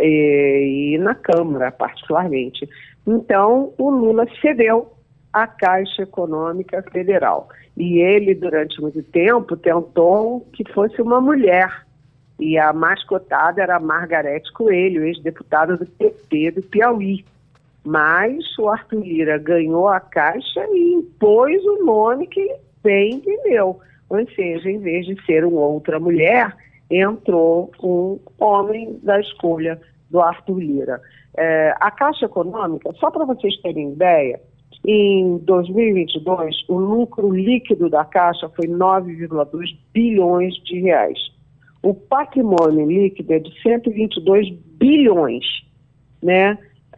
e na Câmara, particularmente. Então, o Lula cedeu à Caixa Econômica Federal. E ele, durante muito tempo, tentou que fosse uma mulher, E a mascotada era a Margarete Coelho, ex-deputada do PT do Piauí. Mas o Arthur Lira ganhou a Caixa e impôs o nome que ele bem entendeu. Ou seja, em vez de ser uma outra mulher, entrou um homem da escolha do Arthur Lira. A Caixa Econômica, só para vocês terem ideia, em 2022, o lucro líquido da Caixa foi 9,2 bilhões de reais. O patrimônio líquido é de 122 bilhões, né?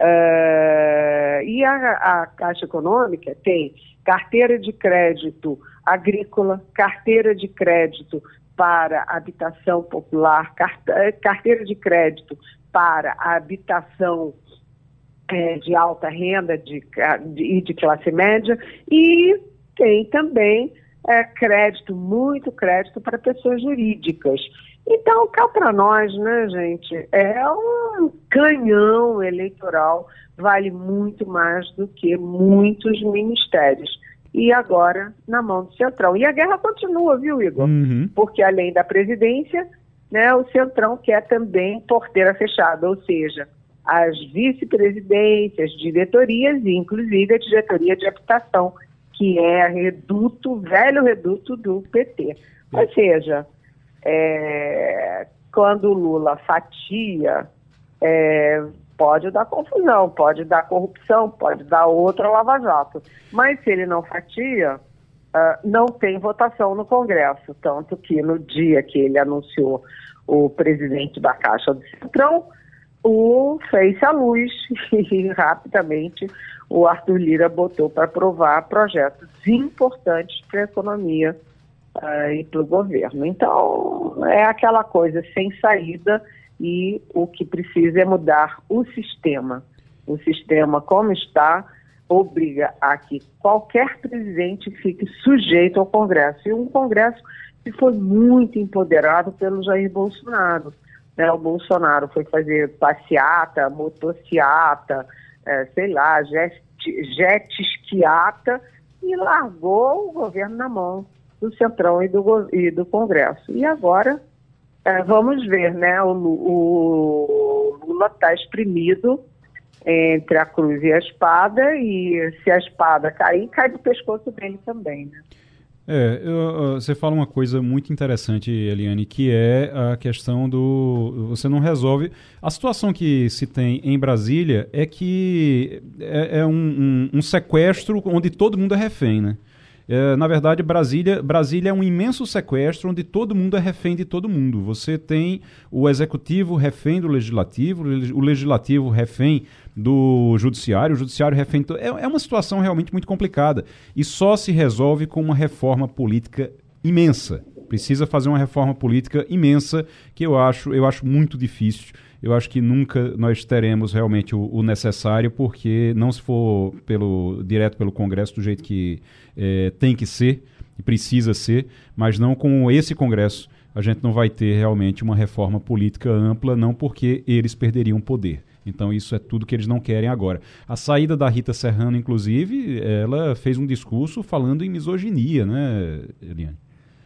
E a Caixa Econômica tem carteira de crédito agrícola, carteira de crédito para habitação popular, carteira de crédito para a habitação de alta renda e de classe média, e tem também muito crédito para pessoas jurídicas. Então, cá para nós, né, gente, é um canhão eleitoral, vale muito mais do que muitos ministérios. E agora, na mão do Centrão. E a guerra continua, viu, Igor? Uhum. Porque além da presidência, né, o Centrão quer também porteira fechada, ou seja, as vice-presidências, diretorias e inclusive a diretoria de habitação, que é velho reduto do PT. Ou seja, quando o Lula fatia, pode dar confusão, pode dar corrupção, pode dar outra lava-jato. Mas se ele não fatia, não tem votação no Congresso. Tanto que no dia que ele anunciou o presidente da Caixa do Centrão, fez-se a luz e rapidamente o Arthur Lira botou para aprovar projetos importantes para a economia e para o governo. Então, é aquela coisa sem saída e o que precisa é mudar o sistema. O sistema, como está, obriga a que qualquer presidente fique sujeito ao Congresso. E um Congresso que foi muito empoderado pelo Jair Bolsonaro. Né? O Bolsonaro foi fazer passeata, motociata, jet-esquiata e largou o governo na mão do Centrão e do Congresso. E agora, vamos ver, né? O Lula está espremido entre a cruz e a espada, e se a espada cair, cai do pescoço dele também, né? Você fala uma coisa muito interessante, Eliane, que é a questão você não resolve. A situação que se tem em Brasília é que é um sequestro onde todo mundo é refém, né? Na verdade, Brasília é um imenso sequestro onde todo mundo é refém de todo mundo. Você tem o executivo refém do legislativo, o legislativo refém do judiciário, o judiciário refém... É uma situação realmente muito complicada e só se resolve com uma reforma política imensa. Precisa fazer uma reforma política imensa que eu acho muito difícil. Eu acho que nunca nós teremos realmente o necessário, porque não se for direto pelo Congresso do jeito que tem que ser e precisa ser, mas não com esse Congresso a gente não vai ter realmente uma reforma política ampla, não porque eles perderiam poder. Então isso é tudo que eles não querem agora. A saída da Rita Serrano, inclusive, ela fez um discurso falando em misoginia, né, Eliane?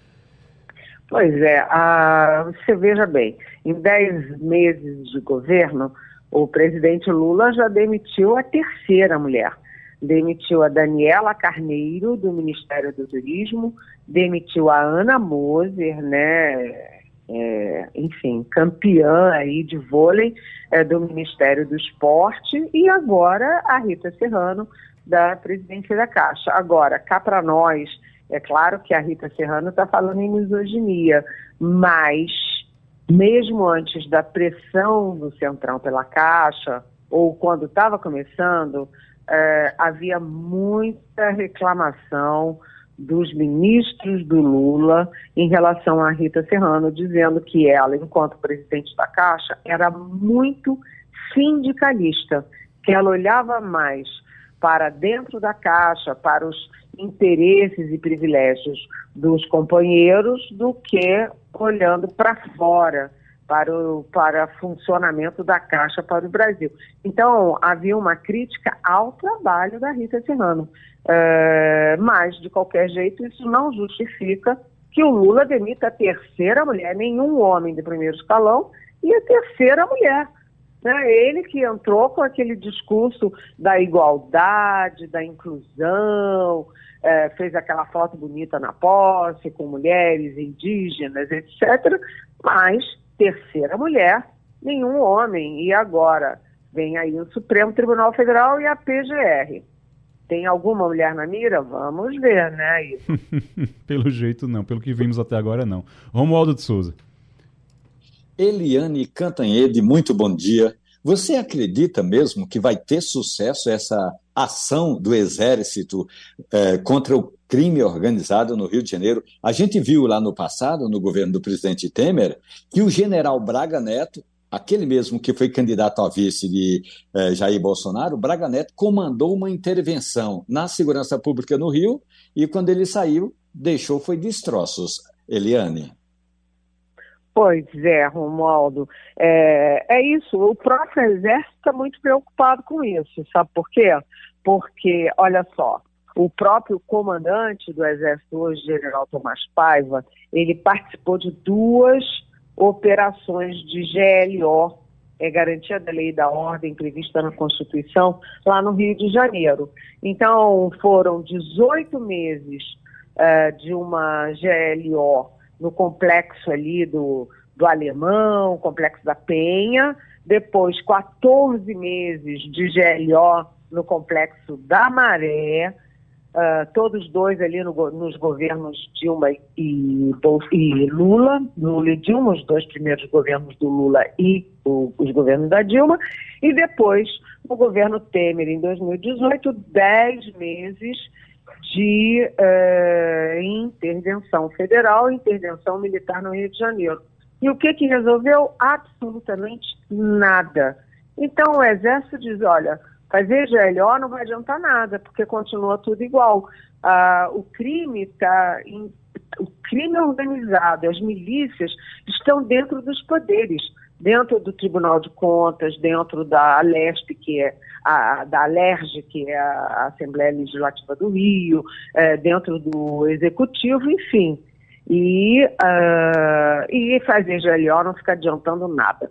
Pois você veja bem, em 10 meses de governo, o presidente Lula já demitiu a terceira mulher. Demitiu a Daniela Carneiro, do Ministério do Turismo, demitiu a Ana Moser, né, enfim, campeã aí de vôlei do Ministério do Esporte, e agora a Rita Serrano, da presidência da Caixa. Agora, cá para nós, é claro que a Rita Serrano está falando em misoginia, mas mesmo antes da pressão do Centrão pela Caixa, ou quando estava começando, havia muita reclamação dos ministros do Lula em relação à Rita Serrano, dizendo que ela, enquanto presidente da Caixa, era muito sindicalista, que ela olhava mais para dentro da Caixa, para os interesses e privilégios dos companheiros, do que olhando para fora, para o funcionamento da Caixa para o Brasil. Então, havia uma crítica ao trabalho da Rita Serrano. Mas, de qualquer jeito, isso não justifica que o Lula demita a terceira mulher, nenhum homem de primeiro escalão, e a terceira mulher. Né? Ele que entrou com aquele discurso da igualdade, da inclusão, fez aquela foto bonita na posse, com mulheres, indígenas, etc. Mas, terceira mulher, nenhum homem. E agora vem aí o Supremo Tribunal Federal e a PGR. Tem alguma mulher na mira? Vamos ver, né? Pelo jeito não, pelo que vimos até agora não. Romualdo de Souza. Eliane Cantanhede, muito bom dia. Você acredita mesmo que vai ter sucesso essa ação do Exército contra o crime organizado no Rio de Janeiro? A gente viu lá no passado, no governo do presidente Temer, que o general Braga Neto, aquele mesmo que foi candidato a vice de Jair Bolsonaro, Braga Neto comandou uma intervenção na segurança pública no Rio e quando ele saiu, foi destroços. Eliane. Pois é, Romualdo. É isso, o próprio Exército está muito preocupado com isso, sabe por quê? Porque, olha só, o próprio comandante do Exército hoje, general Tomás Paiva, ele participou de 2 operações de GLO, Garantia da Lei e da Ordem, prevista na Constituição, lá no Rio de Janeiro. Então, foram 18 meses de uma GLO no complexo ali do Alemão, complexo da Penha, depois 14 meses de GLO no complexo da Maré, todos 2 ali nos governos Dilma e Lula e Dilma, os 2 primeiros governos do Lula e os governos da Dilma, e depois no governo Temer, em 2018, 10 meses de intervenção federal, intervenção militar no Rio de Janeiro. E o que resolveu? Absolutamente nada. Então o Exército diz, olha, fazer GLO não vai adiantar nada, porque continua tudo igual. O crime organizado, as milícias estão dentro dos poderes, dentro do Tribunal de Contas, dentro da Alesp, que é da Alerj, que é a Assembleia Legislativa do Rio, dentro do Executivo, enfim. E fazer GLO não fica adiantando nada.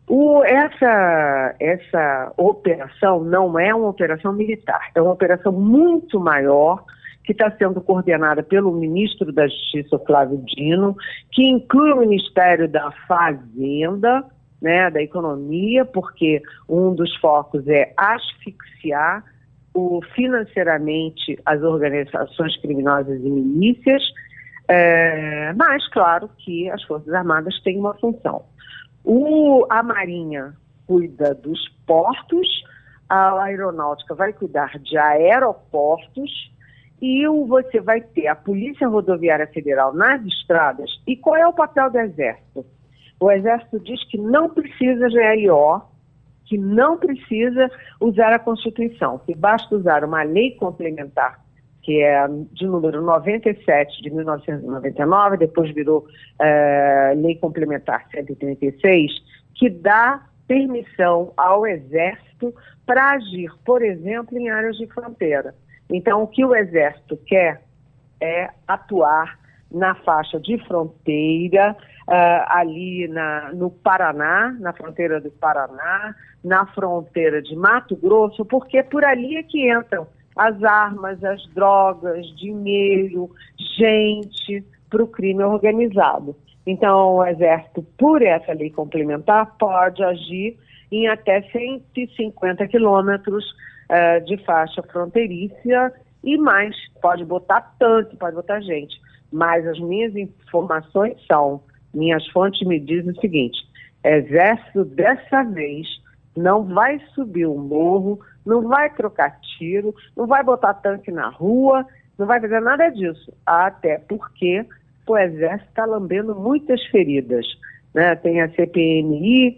Essa operação não é uma operação militar, é uma operação muito maior, que está sendo coordenada pelo ministro da Justiça, Flávio Dino, que inclui o Ministério da Fazenda, né, da Economia, porque um dos focos é asfixiar financeiramente as organizações criminosas e milícias, mas claro que as Forças Armadas têm uma função. A Marinha cuida dos portos, a Aeronáutica vai cuidar de aeroportos, e você vai ter a Polícia Rodoviária Federal nas estradas. E qual é o papel do Exército? O Exército diz que não precisa GLO, que não precisa usar a Constituição, que basta usar uma lei complementar, que é de número 97 de 1999, depois virou Lei Complementar 136, que dá permissão ao Exército para agir, por exemplo, em áreas de fronteira. Então, o que o Exército quer é atuar na faixa de fronteira, ali no Paraná, na fronteira do Paraná, na fronteira de Mato Grosso, porque por ali é que entram as armas, as drogas, dinheiro, gente para o crime organizado. Então, o Exército, por essa lei complementar, pode agir em até 150 quilômetros de faixa fronteiriça e mais, pode botar tanque, pode botar gente. Mas as minhas informações minhas fontes me dizem o seguinte: Exército dessa vez não vai subir o morro, não vai trocar tiro, não vai botar tanque na rua, não vai fazer nada disso. Até porque o Exército está lambendo muitas feridas, né? Tem a CPMI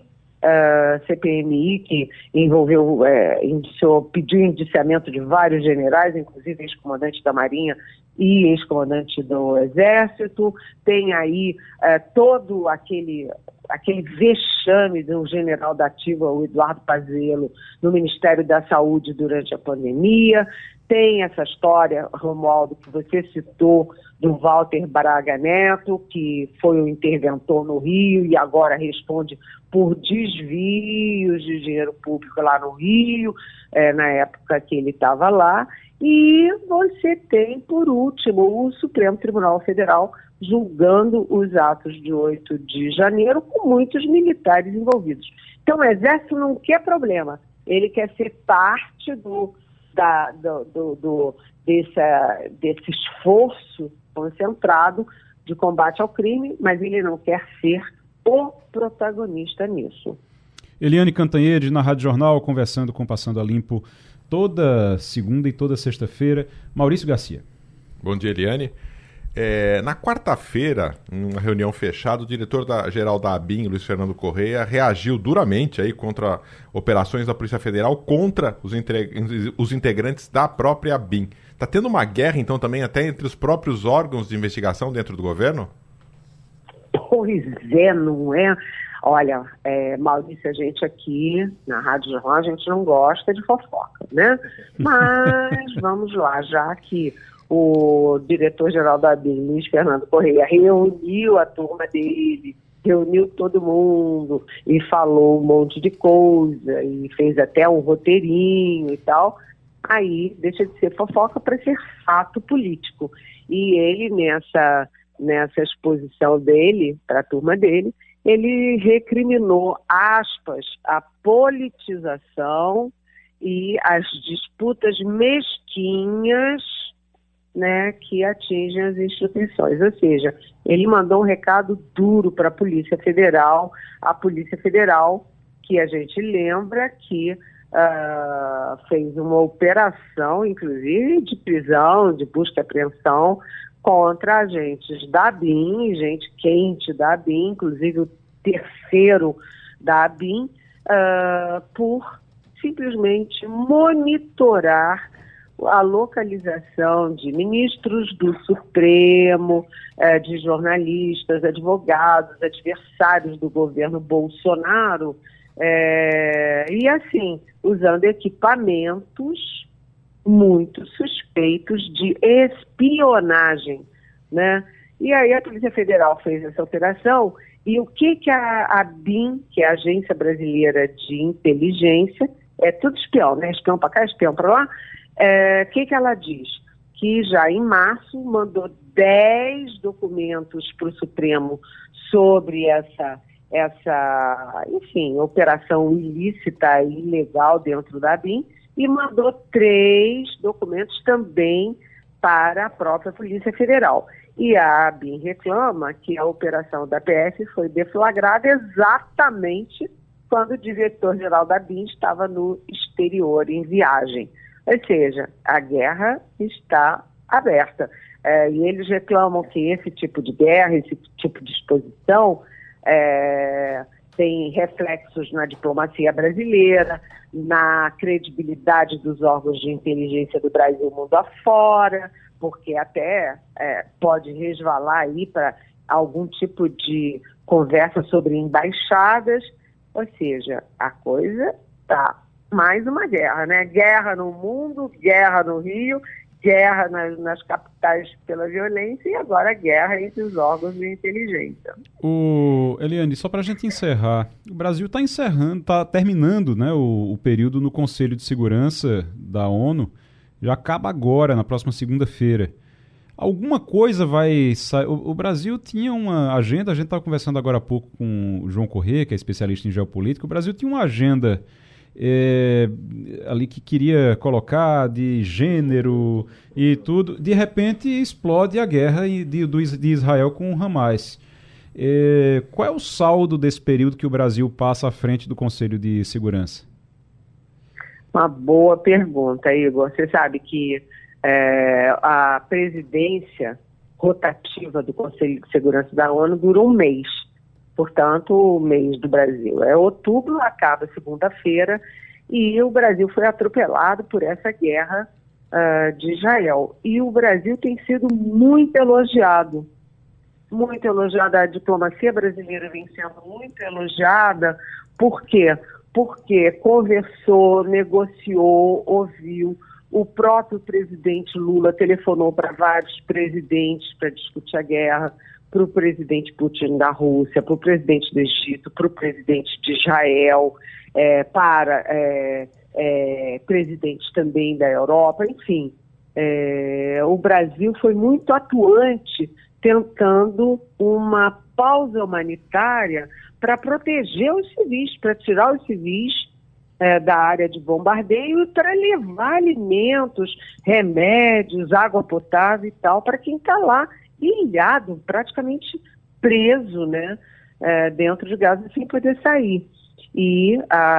que envolveu, pediu indiciamento de vários generais, inclusive ex-comandante da Marinha e ex-comandante do Exército. Tem aí todo aquele vexame do general da ativa, o Eduardo Pazuello, no Ministério da Saúde durante a pandemia. Tem essa história, Romualdo, que você citou, do Walter Braga Neto, que foi o interventor no Rio e agora responde por desvios de dinheiro público lá no Rio, na época que ele estava lá. E você tem, por último, o Supremo Tribunal Federal julgando os atos de 8 de janeiro com muitos militares envolvidos. Então, o Exército não quer problema, ele quer ser parte desse esforço concentrado de combate ao crime, mas ele não quer ser o protagonista nisso. Eliane Cantanhede, na Rádio Jornal, conversando com Passando a Limpo toda segunda e toda sexta-feira. Maurício Garcia. Bom dia, Eliane. Na quarta-feira, em uma reunião fechada, o diretor-geral da ABIN, Luiz Fernando Correia, reagiu duramente aí contra operações da Polícia Federal contra os integrantes da própria ABIN. Está tendo uma guerra, então, também até entre os próprios órgãos de investigação dentro do governo? Pois é, não é? Olha, Maurício, a gente aqui na Rádio Jornal, a gente não gosta de fofoca, né? Mas vamos lá, já que o diretor-geral da ABIN, Luiz Fernando Correia, reuniu a turma dele, reuniu todo mundo e falou um monte de coisa e fez até um roteirinho e tal, aí deixa de ser fofoca para ser fato político. E ele, nessa exposição dele, para a turma dele, ele recriminou, aspas, a politização e as disputas mesquinhas, né, que atingem as instituições. Ou seja, ele mandou um recado duro para a Polícia Federal, que a gente lembra que fez uma operação, inclusive de prisão, de busca e apreensão, contra agentes da ABIN, gente quente da ABIN, inclusive o terceiro da ABIN, por simplesmente monitorar a localização de ministros do Supremo, de jornalistas, advogados, adversários do governo Bolsonaro, e assim, usando equipamentos muito suspeitos de espionagem, né? E aí a Polícia Federal fez essa operação e o que a ABIN, que é a Agência Brasileira de Inteligência, é tudo espião, né? Espião para cá, espião para lá. O que ela diz? Que já em março mandou 10 documentos para o Supremo sobre essa, enfim, operação ilícita e ilegal dentro da ABIN, e mandou 3 documentos também para a própria Polícia Federal. E a ABIN reclama que a operação da PF foi deflagrada exatamente quando o diretor-geral da ABIN estava no exterior, em viagem. Ou seja, a guerra está aberta. E eles reclamam que esse tipo de guerra, esse tipo de exposição, tem reflexos na diplomacia brasileira, na credibilidade dos órgãos de inteligência do Brasil mundo afora, porque até pode resvalar aí para algum tipo de conversa sobre embaixadas, ou seja, a coisa está mais uma guerra, né? Guerra no mundo, guerra no Rio, guerra nas capitais pela violência e agora guerra entre os órgãos de inteligência. Eliane, só para a gente encerrar, o Brasil está terminando, né, o período no Conselho de Segurança da ONU, já acaba agora, na próxima segunda-feira. Alguma coisa vai sair? O Brasil tinha uma agenda, a gente estava conversando agora há pouco com o João Corrêa, que é especialista em geopolítica, o Brasil tinha uma agenda ali que queria colocar de gênero e tudo, de repente explode a guerra de Israel com o Hamas. Qual é o saldo desse período que o Brasil passa à frente do Conselho de Segurança? Uma boa pergunta, Igor. Você sabe que a presidência rotativa do Conselho de Segurança da ONU durou um mês. Portanto, o mês do Brasil é outubro, acaba segunda-feira, e o Brasil foi atropelado por essa guerra de Israel. E o Brasil tem sido muito elogiado, a diplomacia brasileira vem sendo muito elogiada. Por quê? Porque conversou, negociou, ouviu O próprio presidente Lula telefonou para vários presidentes para discutir a guerra, para o presidente Putin da Rússia, para o presidente do Egito, para o presidente de Israel, para presidentes também da Europa, enfim. O Brasil foi muito atuante tentando uma pausa humanitária para proteger os civis, para tirar os civis da área de bombardeio e para levar alimentos, remédios, água potável e tal, para quem está lá ilhado, praticamente preso, né, dentro de Gaza sem poder sair. E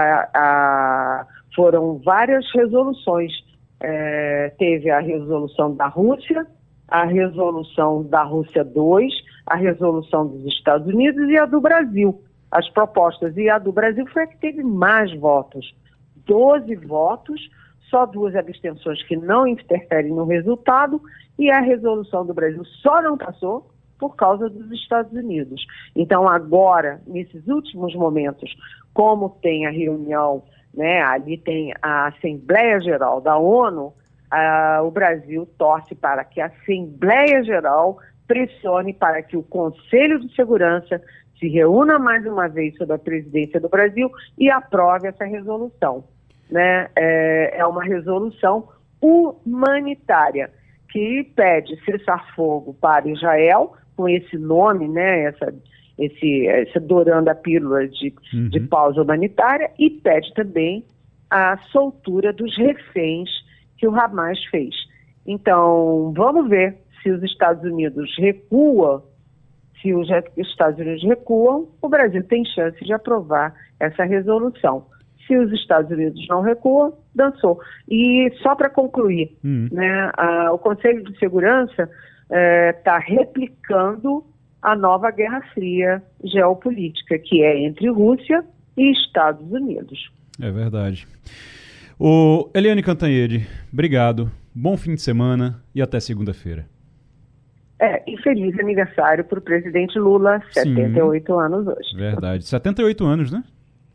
foram várias resoluções. Teve a resolução da Rússia, a resolução da Rússia 2, a resolução dos Estados Unidos e a do Brasil. As propostas, e a do Brasil foi a que teve mais votos. 12 votos, só 2 abstenções que não interferem no resultado, e a resolução do Brasil só não passou por causa dos Estados Unidos. Então agora, nesses últimos momentos, como tem a reunião, né, ali tem a Assembleia Geral da ONU, o Brasil torce para que a Assembleia Geral pressione para que o Conselho de Segurança se reúna mais uma vez sob a presidência do Brasil e aprove essa resolução. Né? É uma resolução humanitária que pede cessar-fogo para Israel, com esse nome, né, esse dourando a pílula de pausa humanitária, e pede também a soltura dos reféns que o Hamas fez. Então, vamos ver se os Estados Unidos recuam. Se os Estados Unidos recuam, o Brasil tem chance de aprovar essa resolução. Se os Estados Unidos não recuam, dançou. E só para concluir, né, o Conselho de Segurança está replicando a nova Guerra Fria geopolítica, que é entre Rússia e Estados Unidos. É verdade. Eliane Cantanhede, obrigado, bom fim de semana e até segunda-feira. E feliz aniversário para o presidente Lula, 78 anos hoje. Verdade, 78 anos, né?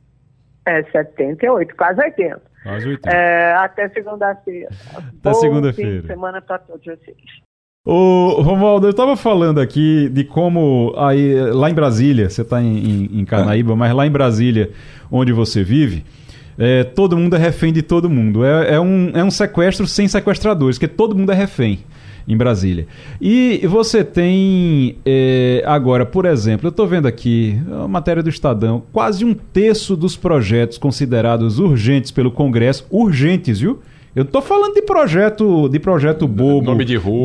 78, quase 80. Quase 80. Até segunda-feira. Até segunda-feira. Bom fim de semana para todos vocês. Romualdo, eu estava falando aqui de como lá em Brasília, você está em Carnaíba, mas lá em Brasília, onde você vive, todo mundo é refém de todo mundo. É um sequestro sem sequestradores, porque todo mundo é refém em Brasília. E você tem agora, por exemplo, eu estou vendo aqui a matéria do Estadão, quase 1/3 dos projetos considerados urgentes pelo Congresso, urgentes, viu? Eu não estou falando de projeto bobo. Nome de rua.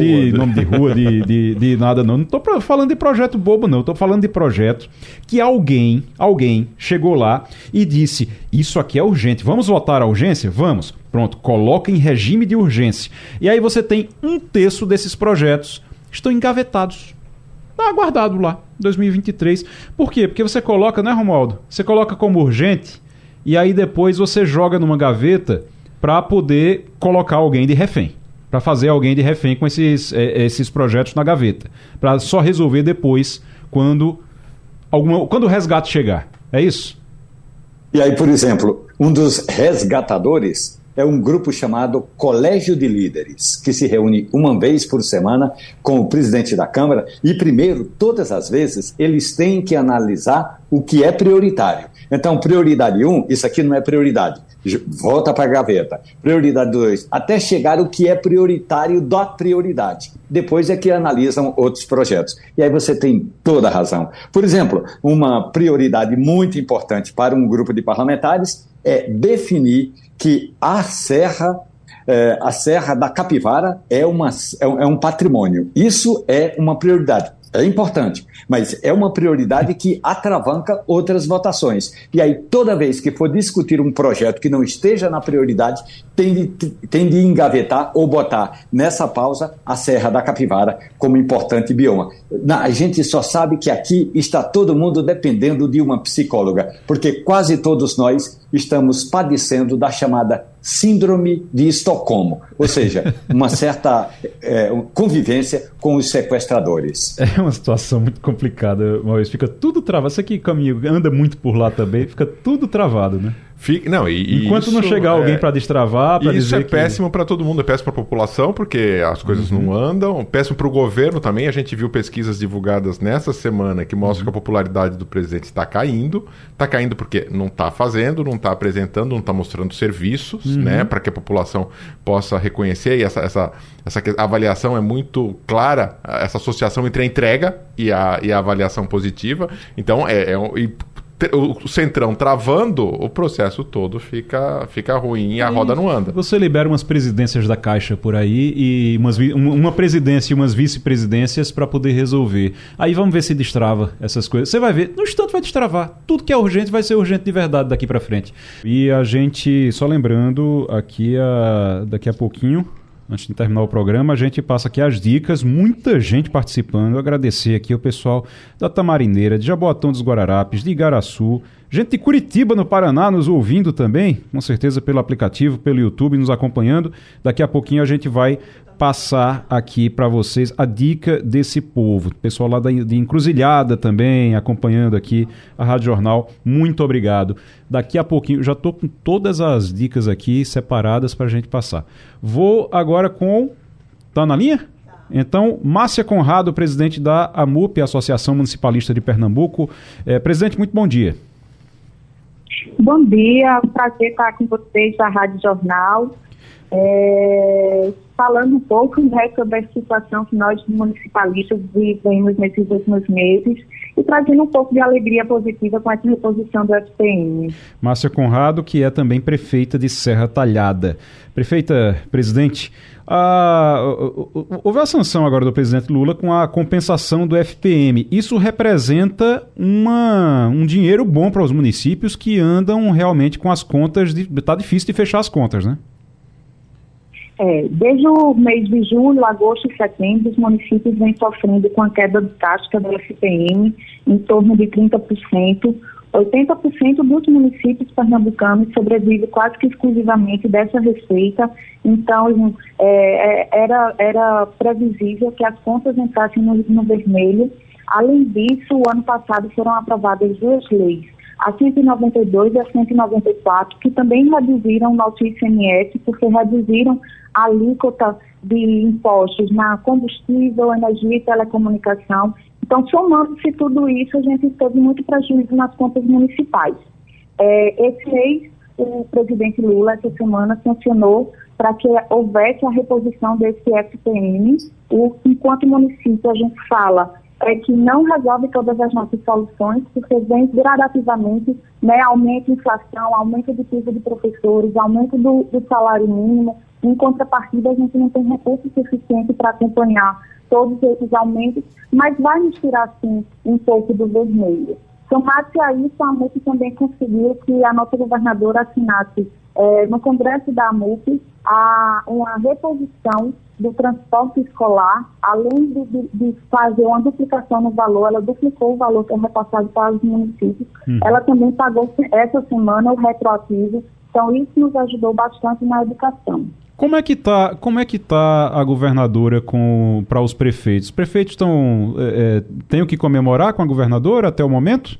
De nada, não. Não estou falando de projeto bobo, não. Estou falando de projeto que alguém chegou lá e disse, isso aqui é urgente. Vamos votar a urgência? Vamos. Pronto, coloca em regime de urgência. E aí você tem 1/3 desses projetos que estão engavetados. Está guardado lá, 2023. Por quê? Porque você coloca, né, Romualdo? Você coloca como urgente e aí depois você joga numa gaveta para poder colocar alguém de refém, para fazer alguém de refém com esses projetos na gaveta, para só resolver depois quando o resgate chegar. É isso? E aí, por exemplo, um dos resgatadores é um grupo chamado Colégio de Líderes, que se reúne uma vez por semana com o presidente da Câmara e, primeiro, todas as vezes, eles têm que analisar o que é prioritário. Então, prioridade 1, isso aqui não é prioridade, volta para a gaveta. Prioridade 2, até chegar o que é prioritário da prioridade. Depois é que analisam outros projetos. E aí você tem toda a razão. Por exemplo, uma prioridade muito importante para um grupo de parlamentares é definir que a Serra da Capivara é um patrimônio. Isso é uma prioridade. É importante, mas é uma prioridade que atravanca outras votações. E aí, toda vez que for discutir um projeto que não esteja na prioridade, tem de engavetar ou botar nessa pausa a Serra da Capivara como importante bioma. A gente só sabe que aqui está todo mundo dependendo de uma psicóloga, porque quase todos nós estamos padecendo da chamada Síndrome de Estocolmo, ou seja, uma certa convivência com os sequestradores. É uma situação muito complicada, Maurício. Fica tudo travado. Você que anda muito por lá também, fica tudo travado, né? Enquanto não chegar alguém para destravar, para dizer isso é péssimo para todo mundo, é péssimo para a população, porque as coisas não andam, péssimo para o governo também. A gente viu pesquisas divulgadas nessa semana que mostram que a popularidade do presidente está caindo porque não está fazendo, não está apresentando, não está mostrando serviços, né, para que a população possa reconhecer, e essa avaliação é muito clara, essa associação entre a entrega e a avaliação positiva. Então, o Centrão travando, o processo todo fica ruim e a roda não anda. Você libera umas presidências da Caixa por aí e uma presidência e umas vice-presidências para poder resolver. Aí vamos ver se destrava essas coisas. Você vai ver, no instante vai destravar. Tudo que é urgente vai ser urgente de verdade daqui para frente. E a gente, só lembrando, daqui a pouquinho, antes de terminar o programa, a gente passa aqui as dicas, muita gente participando. Eu agradecer aqui o pessoal da Tamarineira, de Jaboatão dos Guararapes, de Igaraçu, gente de Curitiba, no Paraná, nos ouvindo também, com certeza pelo aplicativo, pelo YouTube, nos acompanhando. Daqui a pouquinho a gente vai passar aqui para vocês a dica desse povo. Pessoal lá de Encruzilhada também, acompanhando aqui a Rádio Jornal, muito obrigado. Daqui a pouquinho, já estou com todas as dicas aqui separadas para a gente passar. Vou agora com... Tá na linha? Então, Márcia Conrado, presidente da AMUP, Associação Municipalista de Pernambuco. Presidente, muito bom dia. Bom dia, é um prazer estar com vocês da Rádio Jornal. Falando um pouco, né, sobre a situação que nós municipalistas vivemos nesses últimos meses e trazendo um pouco de alegria positiva com essa reposição do FPM. Márcia Conrado, que é também prefeita de Serra Talhada. Prefeita, presidente, houve a sanção agora do presidente Lula com a compensação do FPM. Isso representa um dinheiro bom para os municípios que andam realmente com as contas, está difícil de fechar as contas, né? Desde o mês de julho, agosto e setembro, os municípios vêm sofrendo com a queda drástica do FPM, em torno de 30%. 80% dos municípios pernambucanos sobrevivem quase que exclusivamente dessa receita. Então, era previsível que as contas entrassem no vermelho. Além disso, o ano passado foram aprovadas 2 leis, a 192 e a 194, que também reduziram o nosso ICMS, porque reduziram a alíquota de impostos na combustível, energia e telecomunicação. Então, somando-se tudo isso, a gente teve muito prejuízo nas contas municipais. Esse mês, o presidente Lula, essa semana, sancionou para que houvesse a reposição desse FPM. Enquanto município, a gente fala que não resolve todas as nossas soluções, porque vem gradativamente, né, aumento de inflação, aumento do piso de professores, aumento do salário mínimo. Em contrapartida, a gente não tem recurso suficiente para acompanhar todos esses aumentos, mas vai nos tirar, sim, um pouco do vermelho. Somado-se a isso, a AMUP também conseguiu que a nossa governadora assinasse no Congresso da AMUP uma reposição do transporte escolar, além de fazer uma duplicação no valor, ela duplicou o valor que é repassado para os municípios. Ela também pagou essa semana o retroativo, então isso nos ajudou bastante na educação. Como é que tá a governadora para os prefeitos? Os prefeitos têm o que comemorar com a governadora até o momento?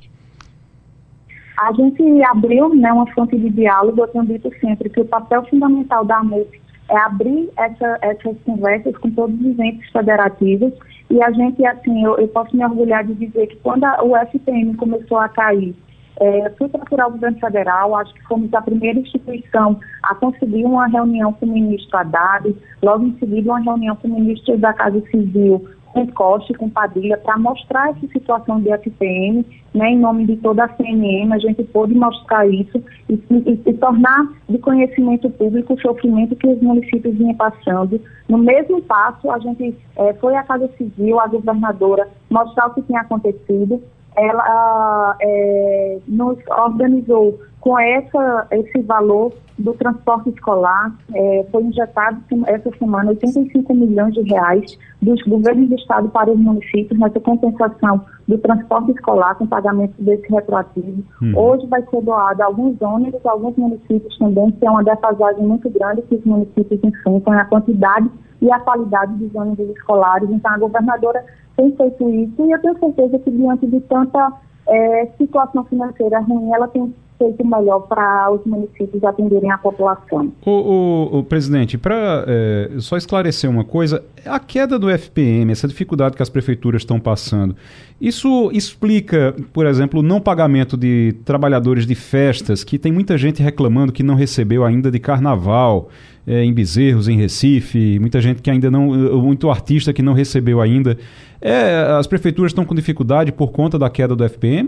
A gente abriu, né, uma fonte de diálogo. Eu tenho dito sempre que o papel fundamental da AMUP é abrir essas conversas com todos os entes federativos, e a gente, assim, eu posso me orgulhar de dizer que quando o FPM começou a cair, fui procurar o governo federal, acho que fomos a primeira instituição a conseguir uma reunião com o ministro Haddad, logo em seguida uma reunião com o ministro da Casa Civil, com Costa e com Padilha, para mostrar essa situação de FPM, né, em nome de toda a CNM, a gente pôde mostrar isso e tornar de conhecimento público o sofrimento que os municípios vinham passando. No mesmo passo, a gente foi à Casa Civil, a governadora, mostrar o que tinha acontecido. Ela nos organizou com esse valor do transporte escolar. Foi injetado essa semana 85 milhões de reais dos governos do estado para os municípios nessa compensação do transporte escolar com pagamento desse retroativo. Hoje vai ser doado alguns ônibus, alguns municípios também, que é uma defasagem muito grande que os municípios enfrentam, a quantidade e a qualidade dos ônibus escolares. Então a governadora tem feito isso, e eu tenho certeza que diante de tanta situação financeira ruim, ela tem feito melhor para os municípios atenderem a população. O presidente, para só esclarecer uma coisa, a queda do FPM, essa dificuldade que as prefeituras estão passando, isso explica, por exemplo, o não pagamento de trabalhadores de festas, que tem muita gente reclamando que não recebeu ainda de carnaval, em Bezerros, em Recife, muita gente que ainda não, muito artista que não recebeu ainda. As prefeituras estão com dificuldade por conta da queda do FPM?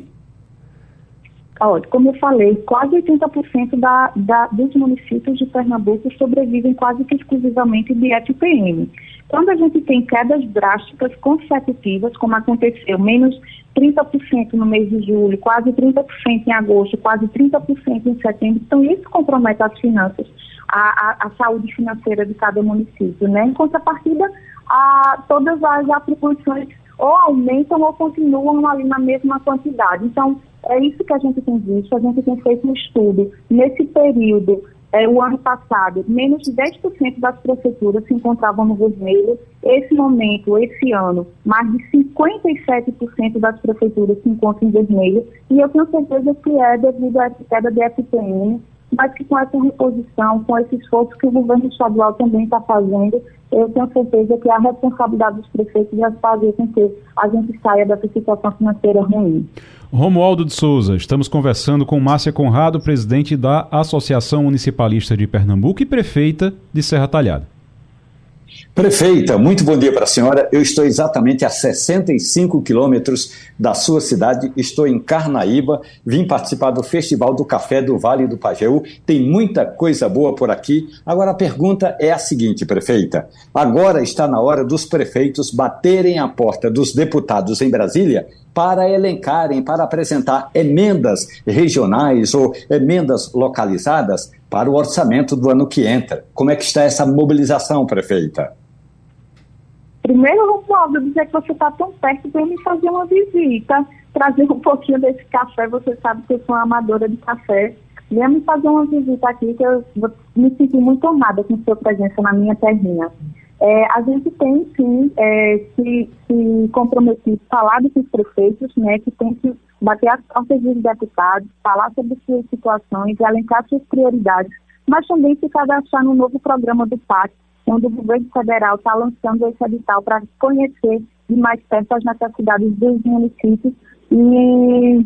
Olha, como eu falei, quase 80% dos municípios de Pernambuco sobrevivem quase que exclusivamente de FPM. Quando a gente tem quedas drásticas consecutivas, como aconteceu, menos 30% no mês de julho, quase 30% em agosto, quase 30% em setembro, então isso compromete as finanças, a saúde financeira de cada município, né? Em contrapartida, todas as atribuições ou aumentam ou continuam ali na mesma quantidade. Então, é isso que a gente tem visto, a gente tem feito um estudo. Nesse período, o ano passado, menos de 10% das prefeituras se encontravam no vermelho. Esse momento, esse ano, mais de 57% das prefeituras se encontram em vermelho. E eu tenho certeza que é devido a essa queda de FPM, mas que com essa reposição, com esse esforço que o governo estadual também está fazendo, eu tenho certeza que a responsabilidade dos prefeitos vai fazer com que a gente saia dessa situação financeira ruim. Romualdo de Souza, estamos conversando com Márcia Conrado, presidente da Associação Municipalista de Pernambuco e prefeita de Serra Talhada. Prefeita, muito bom dia para a senhora. Eu estou exatamente a 65 quilômetros da sua cidade, estou em Carnaíba, vim participar do Festival do Café do Vale do Pajeú, tem muita coisa boa por aqui. Agora a pergunta é a seguinte, prefeita, agora está na hora dos prefeitos baterem a porta dos deputados em Brasília para elencarem, para apresentar emendas regionais ou emendas localizadas para o orçamento do ano que entra. Como é que está essa mobilização, prefeita? Primeiro, Romualdo, dizer que você está tão perto para me fazer uma visita, trazer um pouquinho desse café. Você sabe que eu sou uma amadora de café. Venha me fazer uma visita aqui, que eu me senti muito honrada com sua presença na minha terrinha. A gente tem, sim, se comprometido, falar com os prefeitos, né, que tem que bater as portas dos deputados, falar sobre suas situações, elencar suas prioridades, mas também se cadastrar no novo programa do PAC, onde o governo federal está lançando esse edital para conhecer de mais perto as necessidades dos municípios e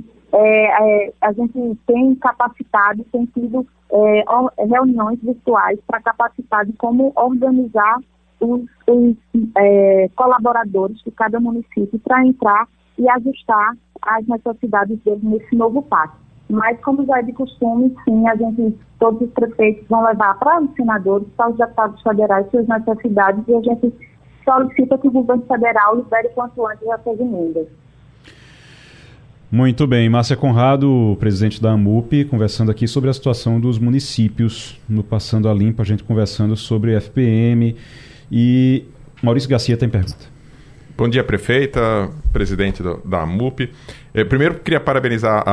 a gente tem capacitado, tem tido reuniões virtuais para capacitar de como organizar os colaboradores de cada município para entrar e ajustar as necessidades deles nesse novo PAC. Mas, como já é de costume, sim, todos os prefeitos vão levar para os senadores, para os deputados federais suas necessidades e a gente solicita que o governo federal libere quanto antes essas emendas. Muito bem, Márcia Conrado, presidente da AMUP, conversando aqui sobre a situação dos municípios no Passando a Limpo, a gente conversando sobre FPM. E Maurício Garcia tem pergunta. Bom dia, prefeita, presidente da AMUP. Primeiro, queria parabenizar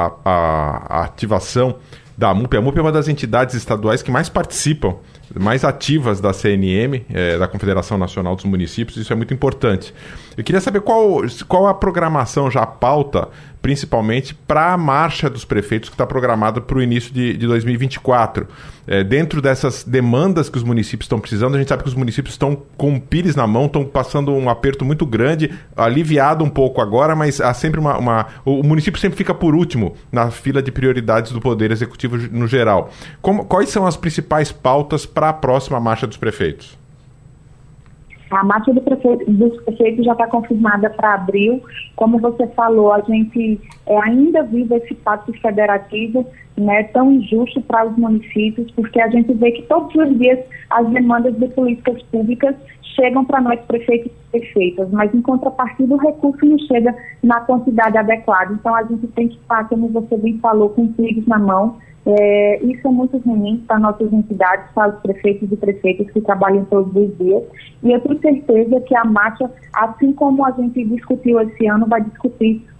a ativação da AMUP. A AMUP é uma das entidades estaduais que mais participam, mais ativas da CNM, da Confederação Nacional dos Municípios. Isso é muito importante. Eu queria saber qual a programação já pauta, principalmente para a marcha dos prefeitos que está programada para o início de 2024. Dentro dessas demandas que os municípios estão precisando, a gente sabe que os municípios estão com o pires na mão, estão passando um aperto muito grande, aliviado um pouco agora, mas há sempre o município sempre fica por último na fila de prioridades do Poder Executivo no geral. Quais são as principais pautas para a próxima marcha dos prefeitos? A marcha dos prefeitos já está confirmada para abril. Como você falou, a gente ainda vive esse pacto federativo, né, tão injusto para os municípios, porque a gente vê que todos os dias as demandas de políticas públicas chegam para nós prefeitos e prefeitas, mas em contrapartida o recurso não chega na quantidade adequada. Então a gente tem que estar, como você bem falou, com pires na mão. Isso é muito ruim para nossas entidades, para os prefeitos e prefeitas que trabalham todos os dias. E eu tenho certeza que a marcha, assim como a gente discutiu esse ano, vai discutir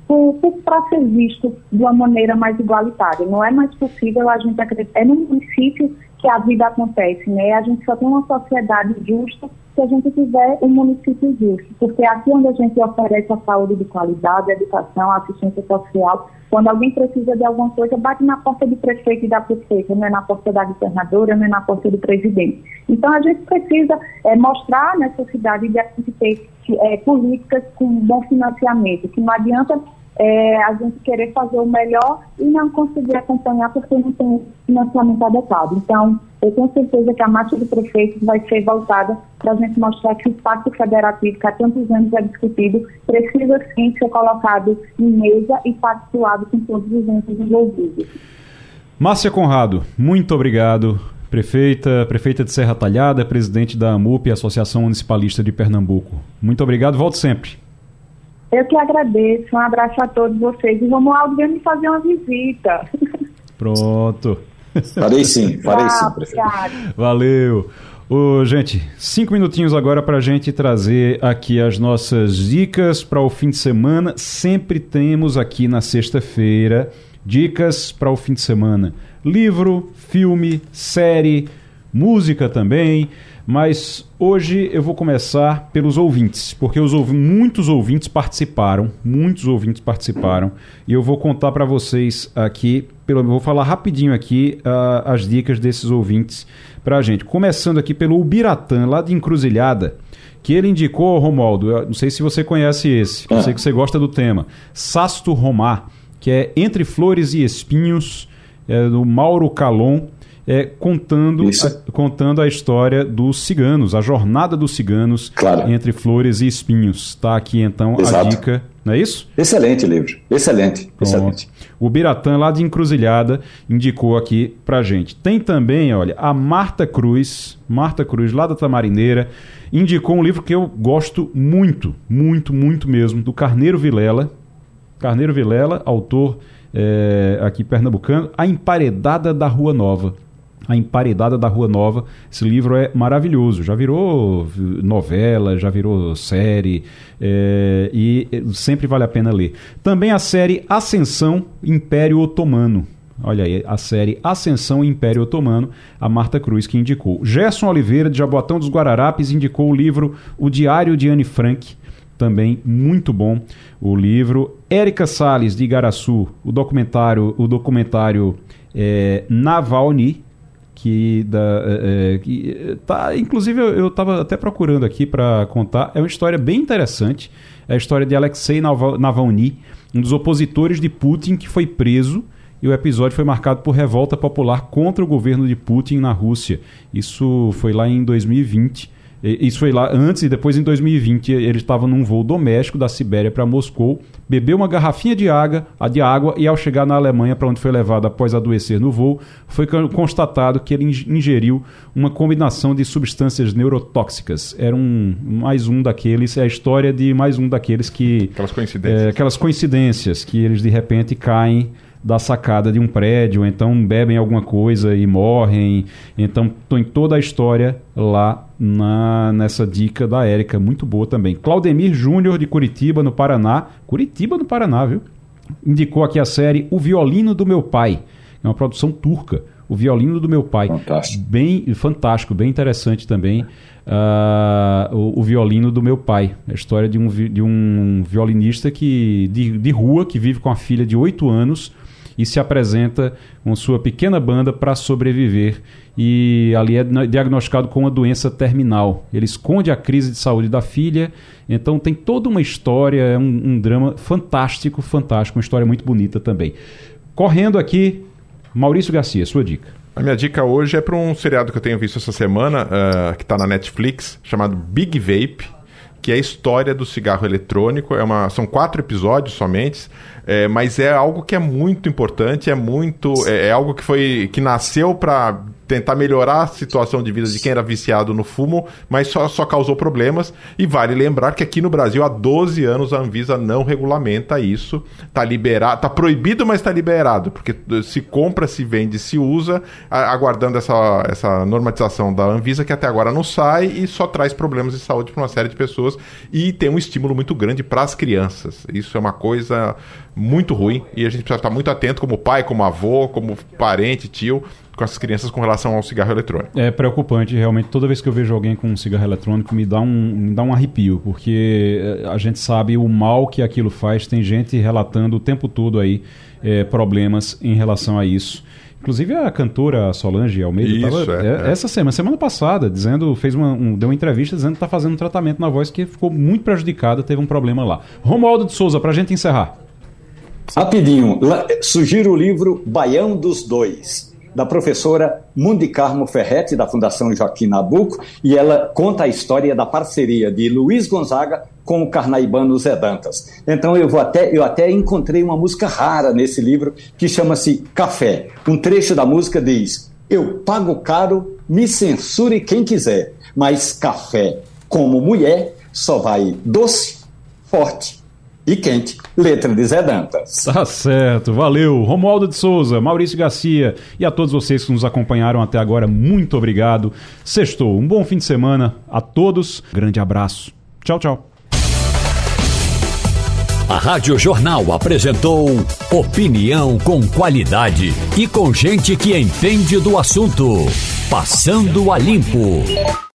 para ser visto de uma maneira mais igualitária. Não é mais possível a gente acreditar, é no município que a vida acontece, né? A gente só tem uma sociedade justa se a gente tiver um município justo, porque aqui onde a gente oferece a saúde de qualidade, a educação, a assistência social, quando alguém precisa de alguma coisa, bate na porta do prefeito e da prefeita, não é na porta da governadora, não é na porta do presidente. Então a gente precisa mostrar a necessidade de a gente ter políticas com bom financiamento, que não adianta a gente querer fazer o melhor e não conseguir acompanhar porque não tem financiamento adequado. Então, eu tenho certeza que a marcha do prefeito vai ser voltada para a gente mostrar que o Pacto Federativo, que há tantos anos é discutido, precisa sim ser colocado em mesa e pactuado com todos os entes envolvidos. Márcia Conrado, muito obrigado. Prefeita de Serra Talhada, presidente da AMUP, Associação Municipalista de Pernambuco. Muito obrigado, volte sempre. Eu que agradeço, um abraço a todos vocês. E vamos lá me fazer uma visita. Pronto. Farei sim, prefeito. Valeu. Gente, 5 minutinhos agora para a gente trazer aqui as nossas dicas para o fim de semana. Sempre temos aqui na sexta-feira dicas para o fim de semana. Livro, filme, série, música também. Mas hoje eu vou começar pelos ouvintes, porque muitos ouvintes participaram, e eu vou contar para vocês aqui, vou falar rapidinho aqui as dicas desses ouvintes para a gente. Começando aqui pelo Ubiratã, lá de Encruzilhada, que ele indicou, Romualdo, eu não sei se você conhece esse, eu sei que você gosta do tema, Sasto Romar, que é Entre Flores e Espinhos, do Mauro Calon, contando a história dos ciganos, a jornada dos ciganos, claro, entre flores e espinhos. Está aqui então a dica, não é isso? Excelente livro, excelente. O Biratã, lá de Encruzilhada, indicou aqui pra gente. Tem também, olha, a Marta Cruz, lá da Tamarineira, indicou um livro que eu gosto muito mesmo, do Carneiro Vilela, autor aqui pernambucano, A Emparedada da Rua Nova. Esse livro é maravilhoso, já virou novela, já virou série, e sempre vale a pena ler. Também a série Ascensão Império Otomano. Olha aí, a série Ascensão Império Otomano, a Marta Cruz que indicou. Gerson Oliveira, de Jaboatão dos Guararapes, indicou o livro O Diário de Anne Frank, também muito bom o livro. Érica Salles, de Igaraçu, o documentário Navalny, inclusive eu estava até procurando aqui para contar, é uma história bem interessante, é a história de Alexei Navalny, um dos opositores de Putin que foi preso, e o episódio foi marcado por revolta popular contra o governo de Putin na Rússia. Isso foi lá em 2020. Isso foi lá antes e depois em 2020 ele estava num voo doméstico da Sibéria para Moscou, bebeu uma garrafinha de água e ao chegar na Alemanha, para onde foi levado após adoecer no voo, foi constatado que ele ingeriu uma combinação de substâncias neurotóxicas. Era mais um daqueles, é a história de mais um daqueles que... Aquelas coincidências que eles de repente caem da sacada de um prédio, então bebem alguma coisa e morrem. Então tem toda a história lá nessa dica da Érica, muito boa também. Claudemir Júnior, de Curitiba, no Paraná, viu? Indicou aqui a série O Violino do Meu Pai, é uma produção turca, O Violino do Meu Pai. Fantástico, bem interessante também. O Violino do Meu Pai, a história de um violinista de rua que vive com a filha de 8 anos e se apresenta com sua pequena banda para sobreviver, e ali é diagnosticado com uma doença terminal. Ele esconde a crise de saúde da filha, então tem toda uma história, é um drama fantástico, uma história muito bonita também. Correndo aqui, Maurício Garcia, sua dica. A minha dica hoje é para um seriado que eu tenho visto essa semana, que está na Netflix, chamado Big Vape, que é a história do cigarro eletrônico. São 4 episódios somente, mas é algo que é muito importante, é algo que nasceu para tentar melhorar a situação de vida de quem era viciado no fumo, mas só causou problemas. E vale lembrar que aqui no Brasil, há 12 anos, a Anvisa não regulamenta isso. Tá liberado, tá proibido, mas tá liberado, porque se compra, se vende, se usa, aguardando essa normatização da Anvisa, que até agora não sai e só traz problemas de saúde para uma série de pessoas, e tem um estímulo muito grande para as crianças. Isso é uma coisa muito ruim, e a gente precisa estar muito atento como pai, como avô, como parente, tio, com as crianças com relação ao cigarro eletrônico. É preocupante, realmente. Toda vez que eu vejo alguém com um cigarro eletrônico, me dá um arrepio, porque a gente sabe o mal que aquilo faz. Tem gente relatando o tempo todo aí problemas em relação a isso. Inclusive a cantora Solange Almeida estava essa semana passada, dizendo, deu uma entrevista dizendo que está fazendo um tratamento na voz que ficou muito prejudicada, teve um problema lá. Romualdo de Souza, para a gente encerrar. Rapidinho, sugiro o livro Baião dos Dois, da professora Mundi Carmo Ferretti, da Fundação Joaquim Nabuco, e ela conta a história da parceria de Luiz Gonzaga com o carnaibano Zé Dantas. Então eu até encontrei uma música rara nesse livro que chama-se Café. Um trecho da música diz: eu pago caro, me censure quem quiser, mas café, como mulher, só vai doce, forte e quente. Letra de Zé Dantas. Tá certo, valeu. Romualdo de Souza, Maurício Garcia e a todos vocês que nos acompanharam até agora, muito obrigado. Sextou, um bom fim de semana a todos. Grande abraço. Tchau, tchau. A Rádio Jornal apresentou opinião com qualidade e com gente que entende do assunto. Passando a Limpo.